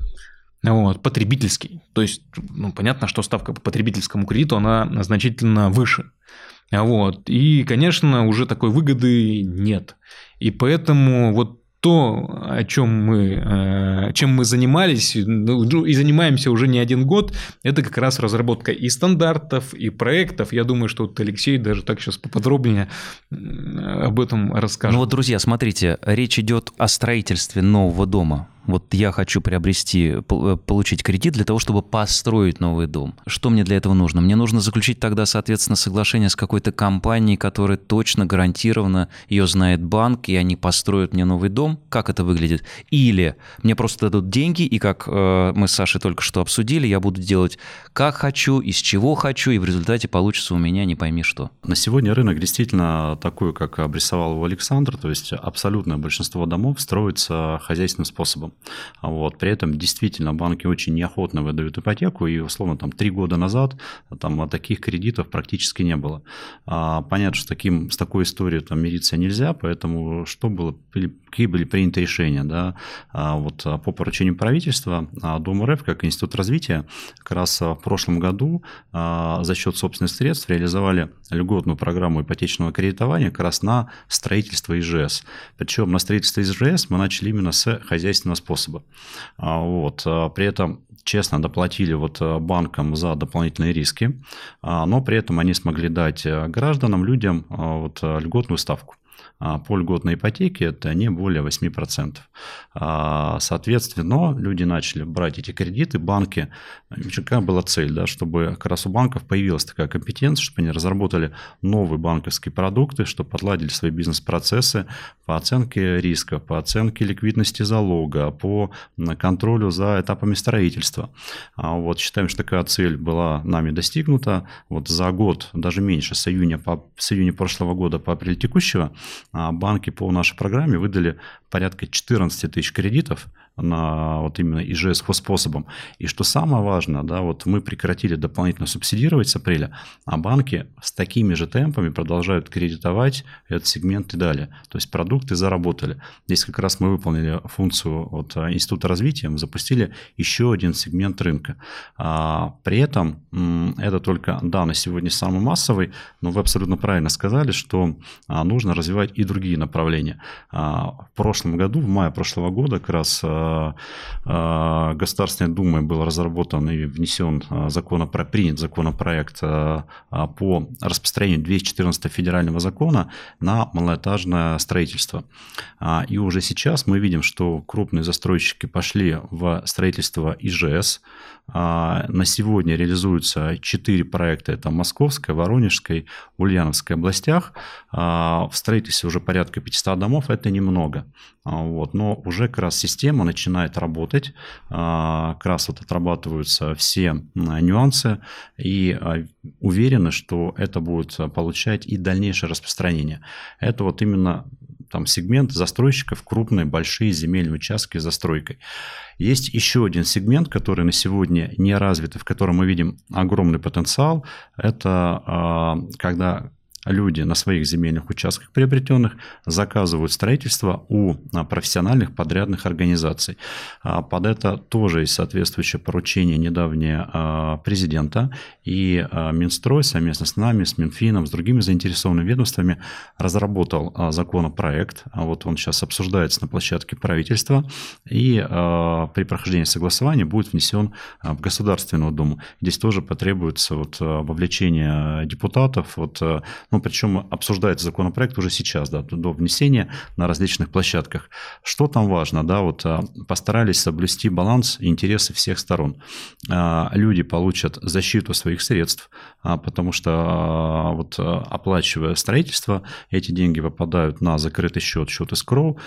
Вот, потребительский. То есть, ну, понятно, что ставка по потребительскому кредиту, она значительно выше. Вот. И, конечно, уже такой выгоды нет. И поэтому вот то, о чем мы, чем мы занимались и занимаемся уже не один год, это как раз разработка и стандартов, и проектов. Я думаю, что вот Алексей даже так сейчас поподробнее об этом расскажет. Ну вот, друзья, смотрите, речь идет о строительстве нового дома. Вот я хочу приобрести, получить кредит для того, чтобы построить новый дом. Что мне для этого нужно? Мне нужно заключить тогда, соответственно, соглашение с какой-то компанией, которая точно гарантированно ее знает банк, и они построят мне новый дом. Как это выглядит? Или мне просто дадут деньги, и как э, мы с Сашей только что обсудили, я буду делать как хочу, из чего хочу, и в результате получится у меня не пойми что. На сегодня рынок действительно такой, как обрисовал его Александр, то есть абсолютное большинство домов строится хозяйственным способом. Вот. При этом действительно банки очень неохотно выдают ипотеку, и условно там три года назад там таких кредитов практически не было. А, понятно, что таким, с такой историей там мириться нельзя, поэтому что было, какие были приняты решения, да? А, вот, по поручению правительства Дом РФ, как Институт развития, как раз в прошлом году а, за счет собственных средств реализовали льготную программу ипотечного кредитования как раз на строительство ИЖС. Причем на строительство ИЖС мы начали именно с хозяйственного способа. Вот. При этом честно доплатили вот банкам за дополнительные риски, но при этом они смогли дать гражданам, людям вот льготную ставку. По льготной ипотеке это не более восемь процентов. Соответственно, люди начали брать эти кредиты, банки, какая была цель, да, чтобы как раз у банков появилась такая компетенция, чтобы они разработали новые банковские продукты, чтобы подладили свои бизнес-процессы по оценке рисков, по оценке ликвидности залога, по контролю за этапами строительства. Вот, считаем, что такая цель была нами достигнута. Вот за год, даже меньше, с июня, по, с июня прошлого года по апрель текущего, банки по нашей программе выдали порядка четырнадцать тысяч кредитов на вот именно ИЖС способом. И что самое важное, да, вот мы прекратили дополнительно субсидировать с апреля, а банки с такими же темпами продолжают кредитовать этот сегмент и далее. То есть продукты заработали. Здесь как раз мы выполнили функцию от Института развития, мы запустили еще один сегмент рынка. При этом это только, да, на сегодня самый массовый, но вы абсолютно правильно сказали, что нужно развивать и другие направления. В прошлом году, в мае прошлого года, как раз Государственной Думой был разработан и внесен законопроект, принят законопроект по распространению двести четырнадцатого федерального закона на малоэтажное строительство. И уже сейчас мы видим, что крупные застройщики пошли в строительство ИЖС. На сегодня реализуются четыре проекта. Это Московская, Воронежская, Ульяновская областях. В строительстве уже порядка пятьсот домов. Это немного. Вот. Но уже как раз система начинает работать. Как раз вот отрабатываются все нюансы. И уверены, что это будет получать и дальнейшее распространение. Это вот именно там сегмент застройщиков, крупные, большие земельные участки с застройкой. Есть еще один сегмент, который на сегодня не развит, в котором мы видим огромный потенциал. Это когда люди на своих земельных участках приобретенных заказывают строительство у профессиональных подрядных организаций. Под это тоже есть соответствующее поручение недавнее президента, и Минстрой совместно с нами, с Минфином, с другими заинтересованными ведомствами разработал законопроект. Вот он сейчас обсуждается на площадке правительства, и при прохождении согласования будет внесен в Государственную Думу. Здесь тоже потребуется вот вовлечение депутатов, вот, ну, причем обсуждается законопроект уже сейчас, да, до внесения на различных площадках. Что там важно? Да, вот постарались соблюсти баланс и интересы всех сторон. Люди получат защиту своих средств, потому что вот, оплачивая строительство, эти деньги попадают на закрытый счет, счет эскроу,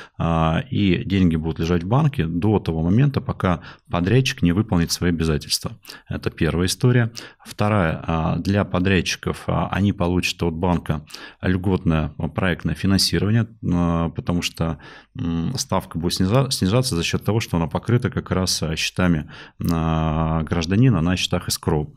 и деньги будут лежать в банке до того момента, пока подрядчик не выполнит свои обязательства. Это первая история. Вторая. Для подрядчиков они получат от банка льготное проектное финансирование, потому что ставка будет снижаться за счет того, что она покрыта как раз счетами гражданина на счетах эскроу.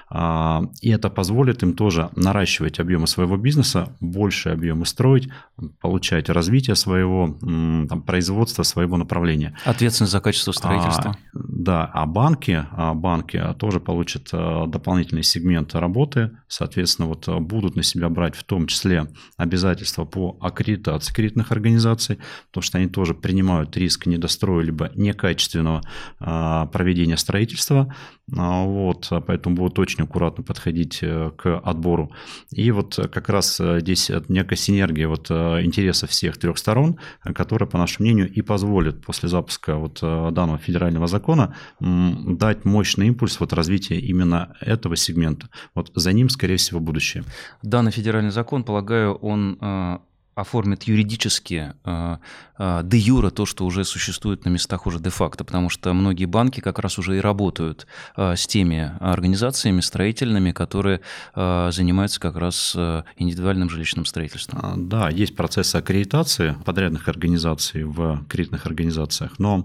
И это позволит им тоже наращивать объемы своего бизнеса, больше объемы строить, получать развитие своего там, производства, своего направления. Ответственность за качество строительства. А, да, а банки, а банки тоже получат дополнительный сегмент работы, соответственно, вот будут на себя брать в том числе обязательства по аккредитации кредитных организаций, потому что они тоже принимают риск недостроя либо некачественного проведения строительства. Вот, поэтому будут очень аккуратно подходить к отбору. И вот как раз здесь некая синергия вот интересов всех трех сторон, которая, по нашему мнению, и позволит после запуска вот данного федерального закона дать мощный импульс вот развития именно этого сегмента. Вот за ним, скорее всего, будущее. Данный федеральный закон, полагаю, он оформит юридически э, э, де юре то, что уже существует на местах уже де-факто, потому что многие банки как раз уже и работают э, с теми организациями строительными, которые э, занимаются как раз э, индивидуальным жилищным строительством. Да, есть процессы аккредитации подрядных организаций в кредитных организациях, но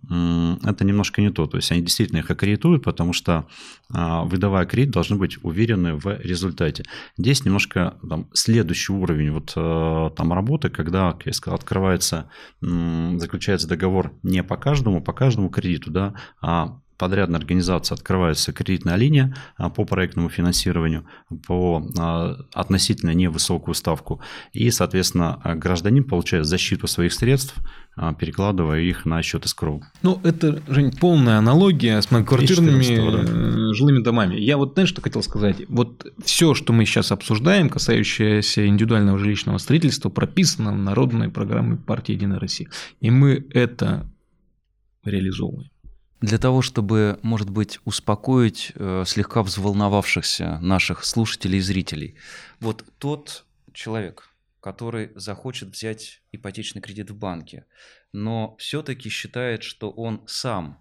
э, это немножко не то. То есть они действительно их аккредитуют, потому что, э, выдавая кредит, должны быть уверены в результате. Здесь немножко там, следующий уровень вот, э, там работы, когда, как я сказал, открывается, заключается договор не по каждому, по каждому кредиту, да, а подрядная организация, открывается кредитная линия по проектному финансированию по относительно невысокую ставку. И, соответственно, гражданин получает защиту своих средств, перекладывая их на счет эскроу. Ну, это, Жень, полная аналогия с многоквартирными жилыми домами. Я вот, знаешь, что хотел сказать? Вот все, что мы сейчас обсуждаем, касающееся индивидуального жилищного строительства, прописано в народной программе партии «Единая Россия». И мы это реализовываем. Для того, чтобы, может быть, успокоить э, слегка взволновавшихся наших слушателей и зрителей, вот тот человек, который захочет взять ипотечный кредит в банке, но все-таки считает, что он сам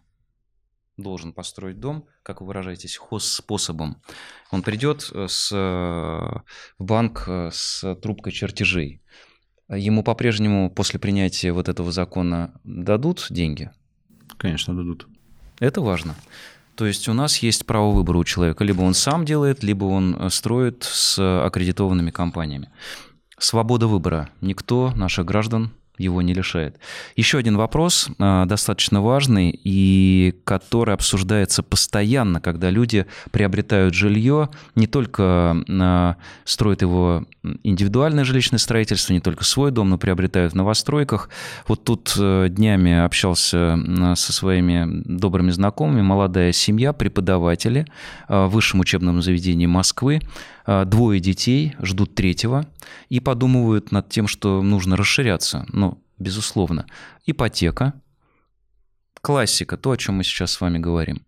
должен построить дом, как вы выражаетесь, хозспособом, он придет с, в банк с трубкой чертежей. Ему по-прежнему после принятия вот этого закона дадут деньги? Конечно, дадут. Это важно. То есть у нас есть право выбора у человека. Либо он сам делает, либо он строит с аккредитованными компаниями. Свобода выбора. Никто наших граждан его не лишает. Еще один вопрос, достаточно важный, и который обсуждается постоянно, когда люди приобретают жилье, не только строят его индивидуальное жилищное строительство, не только свой дом, но приобретают в новостройках. Вот тут днями общался со своими добрыми знакомыми, молодая семья, преподаватели в высшем учебном заведении Москвы, двое детей, ждут третьего и подумывают над тем, что нужно расширяться. Ну, безусловно. Ипотека, классика, то, о чем мы сейчас с вами говорим.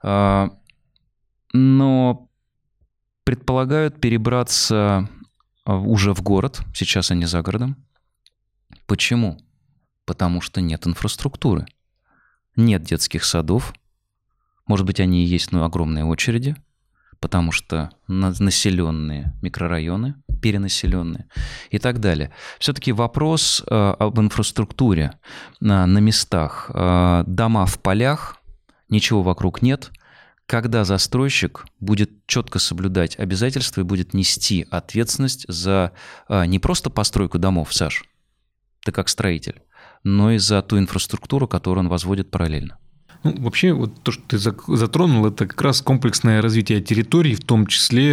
Но предполагают перебраться уже в город, сейчас они за городом. Почему? Потому что нет инфраструктуры. Нет детских садов. Может быть, они и есть, но огромные очереди. Потому что населенные микрорайоны, перенаселенные и так далее. Все-таки вопрос э, об инфраструктуре на, на местах. Э, дома в полях, ничего вокруг нет. Когда застройщик будет четко соблюдать обязательства и будет нести ответственность за э, не просто постройку домов, Саш, ты как строитель, но и за ту инфраструктуру, которую он возводит параллельно. Ну, вообще, вот то, что ты затронул, это как раз комплексное развитие территорий, в том числе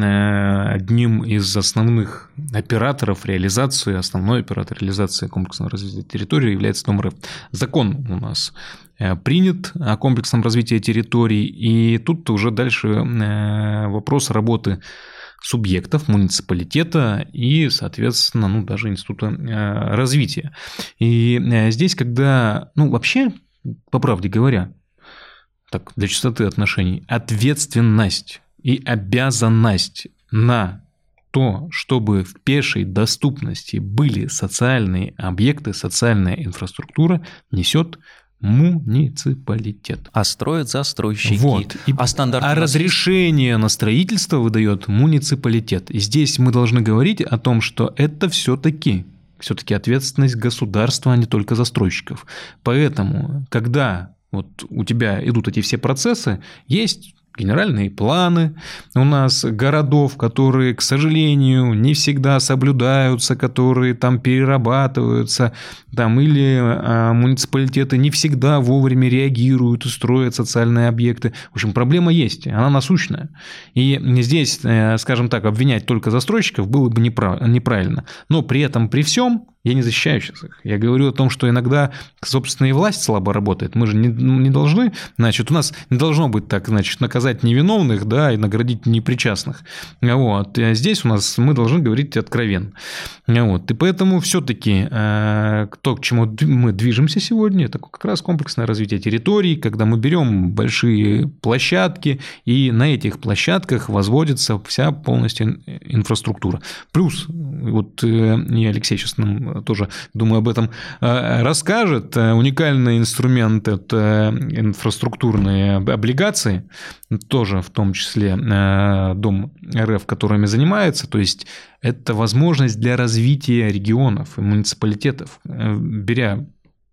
одним из основных операторов реализации, основной оператор реализации комплексного развития территории является Дом.РФ. Закон у нас принят о комплексном развитии территорий, и тут уже дальше вопрос работы субъектов, муниципалитета и, соответственно, ну, даже института развития. И здесь, когда, ну, вообще, по правде говоря, так, для чистоты отношений, ответственность и обязанность на то, чтобы в пешей доступности были социальные объекты, социальная инфраструктура, несет муниципалитет. А строят застройщики. Вот. И, а стандарт а разрешение на строительство выдает муниципалитет. И здесь мы должны говорить о том, что это все-таки все-таки ответственность государства, а не только застройщиков. Поэтому, когда вот у тебя идут эти все процессы, есть генеральные планы у нас городов, которые, к сожалению, не всегда соблюдаются, которые там перерабатываются, там, или а, муниципалитеты не всегда вовремя реагируют и строят социальные объекты. В общем, проблема есть, она насущная. И здесь, скажем так, обвинять только застройщиков было бы неправильно. Но при этом, при всем, Я не защищаю сейчас их. Я говорю о том, что иногда, собственно, и власть слабо работает. Мы же не, не должны, значит, у нас не должно быть так, значит, наказать невиновных, да, и наградить непричастных. Вот. А здесь у нас мы должны говорить откровенно. Вот. И поэтому все-таки э, то, к чему мы движемся сегодня, это как раз комплексное развитие территорий, когда мы берем большие площадки, и на этих площадках возводится вся полностью инфраструктура. Плюс, вот и Алексей сейчас нам тоже, думаю, об этом расскажет. Уникальный инструмент – это инфраструктурные облигации, тоже в том числе Дом РФ, которыми занимается. То есть это возможность для развития регионов и муниципалитетов, беря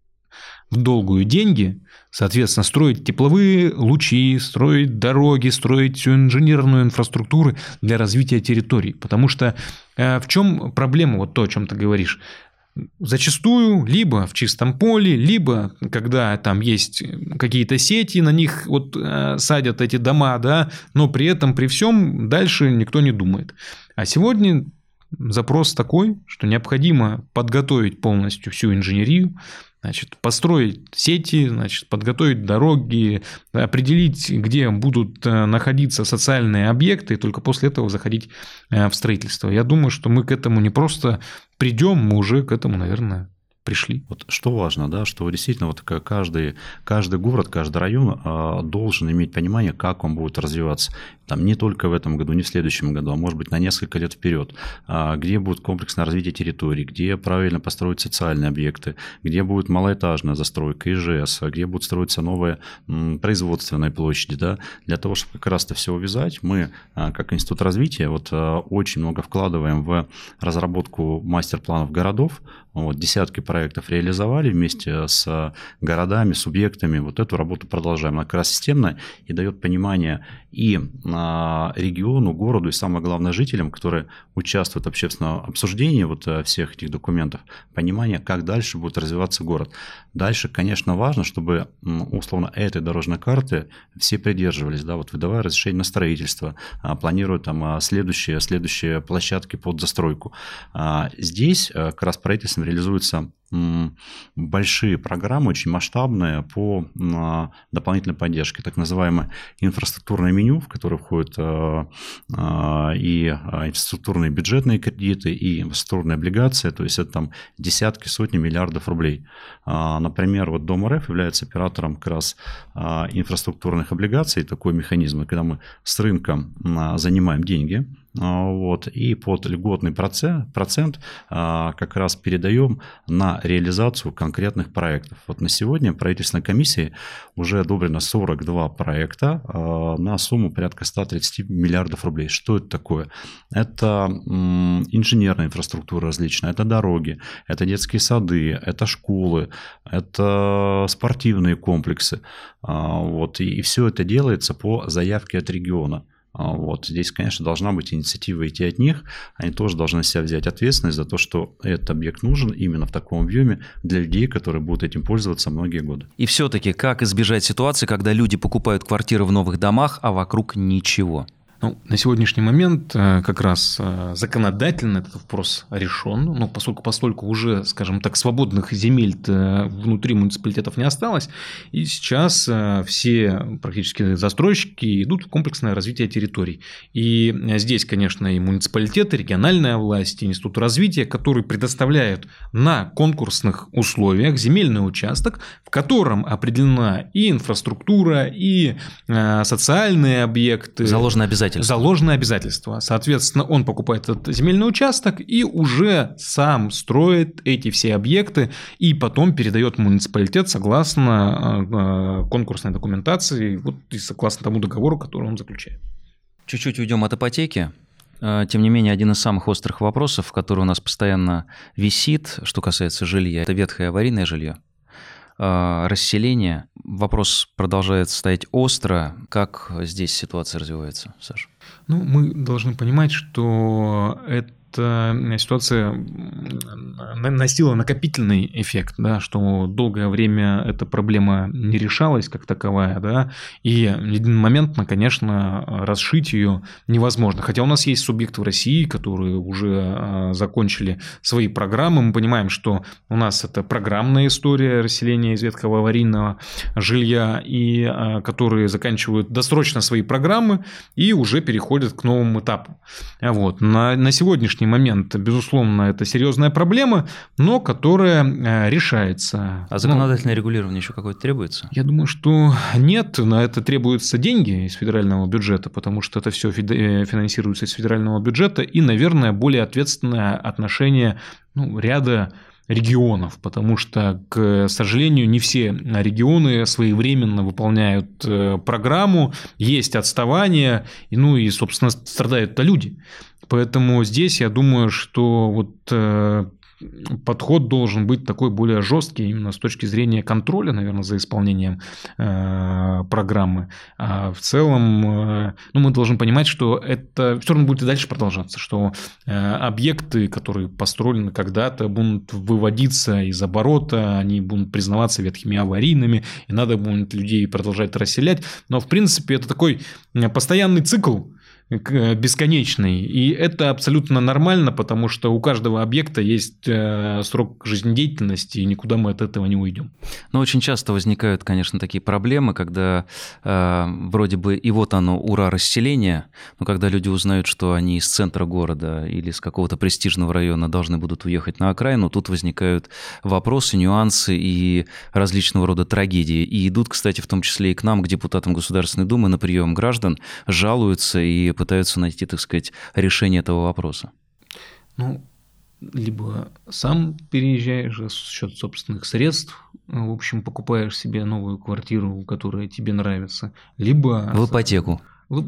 в долгую деньги, соответственно, строить тепловые лучи, строить дороги, строить всю инженерную инфраструктуру для развития территорий. Потому что в чем проблема, вот то, о чем ты говоришь? Зачастую либо в чистом поле, либо когда там есть какие-то сети, на них вот садят эти дома, да, но при этом, при всем дальше никто не думает. А сегодня запрос такой, что необходимо подготовить полностью всю инженерию, значит, построить сети, значит, подготовить дороги, определить, где будут находиться социальные объекты, и только после этого заходить в строительство. Я думаю, что мы к этому не просто придем, мы уже к этому, наверное, пришли. Вот что важно, да, что действительно вот каждый, каждый город, каждый район а, должен иметь понимание, как он будет развиваться. Там не только в этом году, не в следующем году, а может быть на несколько лет вперед. А, где будет комплексное развитие территорий, где правильно построить социальные объекты, где будет малоэтажная застройка, ИЖС, где будут строиться новые м, производственные площади. Да. Для того, чтобы как раз это все увязать, мы, а, как Институт развития, вот, а, очень много вкладываем в разработку мастер-планов городов. Вот, десятки проектов реализовали вместе с городами, субъектами. Вот эту работу продолжаем. Она как раз системная и дает понимание и региону, городу, и самое главное жителям, которые участвуют в общественном обсуждении вот всех этих документов, понимание, как дальше будет развиваться город. Дальше, конечно, важно, чтобы условно этой дорожной карты все придерживались. Да, вот выдавая разрешение на строительство, планируя там следующие, следующие площадки под застройку. Здесь как раз правительством реализуются большие программы, очень масштабные по дополнительной поддержке, так называемое инфраструктурное меню, в которое входят и инфраструктурные бюджетные кредиты, и инфраструктурные облигации, то есть это там десятки, сотни миллиардов рублей. Например, вот Дом РФ является оператором как раз инфраструктурных облигаций, такой механизм, когда мы с рынка занимаем деньги, вот, и под льготный процент, процент как раз передаем на реализацию конкретных проектов. Вот на сегодня правительственной комиссией уже одобрено сорок два проекта на сумму порядка ста тридцати миллиардов рублей. Что это такое? Это инженерная инфраструктура различная, это дороги, это детские сады, это школы, это спортивные комплексы. Вот, и все это делается по заявке от региона. Вот. Здесь, конечно, должна быть инициатива идти от них. Они тоже должны на себя взять ответственность за то, что этот объект нужен именно в таком объеме для людей, которые будут этим пользоваться многие годы. И все-таки как избежать ситуации, когда люди покупают квартиры в новых домах, а вокруг ничего? Ну, на сегодняшний момент как раз законодательно этот вопрос решен, ну, поскольку, поскольку уже, скажем так, свободных земель внутри муниципалитетов не осталось, и сейчас все практически застройщики идут в комплексное развитие территорий. И здесь, конечно, и муниципалитеты, региональная власть, и Институт развития, которые предоставляют на конкурсных условиях земельный участок, в котором определена и инфраструктура, и социальные объекты. Заложено обязательно. Заложенное обязательство. Соответственно, он покупает этот земельный участок и уже сам строит эти все объекты и потом передает в муниципалитет согласно конкурсной документации, вот, и согласно тому договору, который он заключает. Чуть-чуть уйдем от ипотеки. Тем не менее, один из самых острых вопросов, который у нас постоянно висит, что касается жилья, это ветхое аварийное жилье. Расселение. Вопрос продолжает стоять остро. Как здесь ситуация развивается, Саша? Ну, мы должны понимать, что это эта ситуация носила накопительный эффект, да, что долгое время эта проблема не решалась как таковая, да, и единомоментно, конечно, расшить ее невозможно. Хотя у нас есть субъекты в России, которые уже закончили свои программы. Мы понимаем, что у нас это программная история расселения из ветхого аварийного жилья, и которые заканчивают досрочно свои программы и уже переходят к новому этапу. Вот. На, на сегодняшний момент, безусловно, это серьезная проблема, но которая решается. А законодательное ну, регулирование еще какое-то требуется? Я думаю, что нет. На это требуются деньги из федерального бюджета, потому что это все финансируется из федерального бюджета, и, наверное, более ответственное отношение ну, ряда регионов, потому что, к сожалению, не все регионы своевременно выполняют программу, есть отставание, и, ну и, собственно, страдают-то люди. Поэтому здесь я думаю, что вот подход должен быть такой более жесткий именно с точки зрения контроля, наверное, за исполнением э, программы. А в целом, э, ну, мы должны понимать, что это все равно будет и дальше продолжаться, что э, объекты, которые построены когда-то, будут выводиться из оборота, они будут признаваться ветхими аварийными, и надо будет людей продолжать расселять. Но, в принципе, это такой постоянный цикл, бесконечный. И это абсолютно нормально, потому что у каждого объекта есть срок жизнедеятельности, и никуда мы от этого не уйдем. Но очень часто возникают, конечно, такие проблемы, когда э, вроде бы и вот оно, ура, расселение, но когда люди узнают, что они из центра города или из какого-то престижного района должны будут уехать на окраину, тут возникают вопросы, нюансы и различного рода трагедии. И идут, кстати, в том числе и к нам, к депутатам Государственной Думы, на прием граждан, жалуются и пытаются найти, так сказать, решение этого вопроса. Ну, либо сам переезжаешь за счет собственных средств, в общем, покупаешь себе новую квартиру, которая тебе нравится, либо... В ипотеку.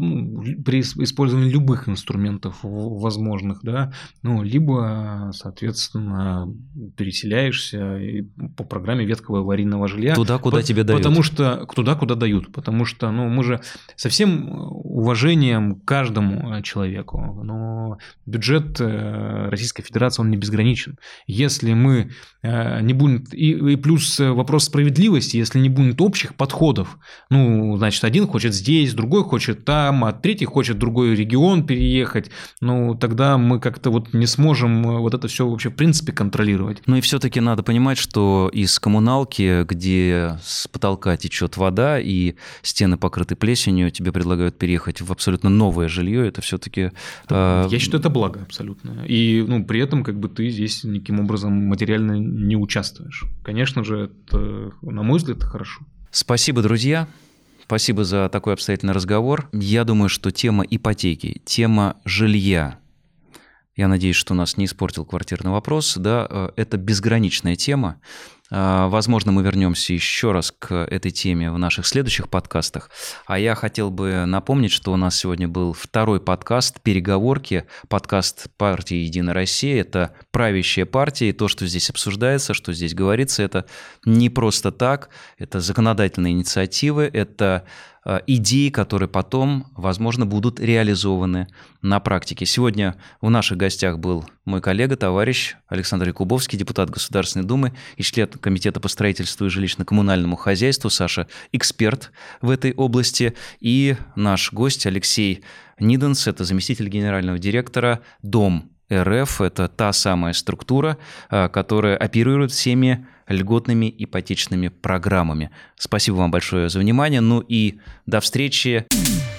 При использовании любых инструментов возможных, да, ну, либо, соответственно, переселяешься по программе ветхого аварийного жилья. Туда, куда по, тебе дают. Потому что, туда, куда дают. Потому что, ну, мы же со всем уважением к каждому человеку, но бюджет Российской Федерации, он не безграничен. Если мы не будем... И, и плюс вопрос справедливости, если не будет общих подходов, ну, значит, один хочет здесь, другой хочет там, а третий хочет в другой регион переехать, ну, тогда мы как-то вот не сможем вот это все вообще в принципе контролировать. Ну и все-таки надо понимать, что из коммуналки, где с потолка течет вода и стены покрыты плесенью, тебе предлагают переехать в абсолютно новое жилье, это все-таки... Я э... считаю, это благо абсолютно. И ну, при этом как бы ты здесь никаким образом материально не участвуешь. Конечно же, это, на мой взгляд, это хорошо. Спасибо, друзья. Спасибо за такой обстоятельный разговор. Я думаю, что тема ипотеки, тема жилья, я надеюсь, что нас не испортил квартирный вопрос, да, это безграничная тема. Возможно, мы вернемся еще раз к этой теме в наших следующих подкастах. А я хотел бы напомнить, что у нас сегодня был второй подкаст «Переговорки», подкаст партии «Единая Россия». Это правящая партия, и то, что здесь обсуждается, что здесь говорится, это не просто так, это законодательные инициативы, это идеи, которые потом, возможно, будут реализованы на практике. Сегодня в наших гостях был мой коллега, товарищ Александр Якубовский, депутат Государственной Думы и член Комитета по строительству и жилищно-коммунальному хозяйству. Саша – эксперт в этой области. И наш гость Алексей Ниденс – это заместитель генерального директора Дом эр эф. Это та самая структура, которая оперирует всеми льготными ипотечными программами. Спасибо вам большое за внимание. Ну и до встречи.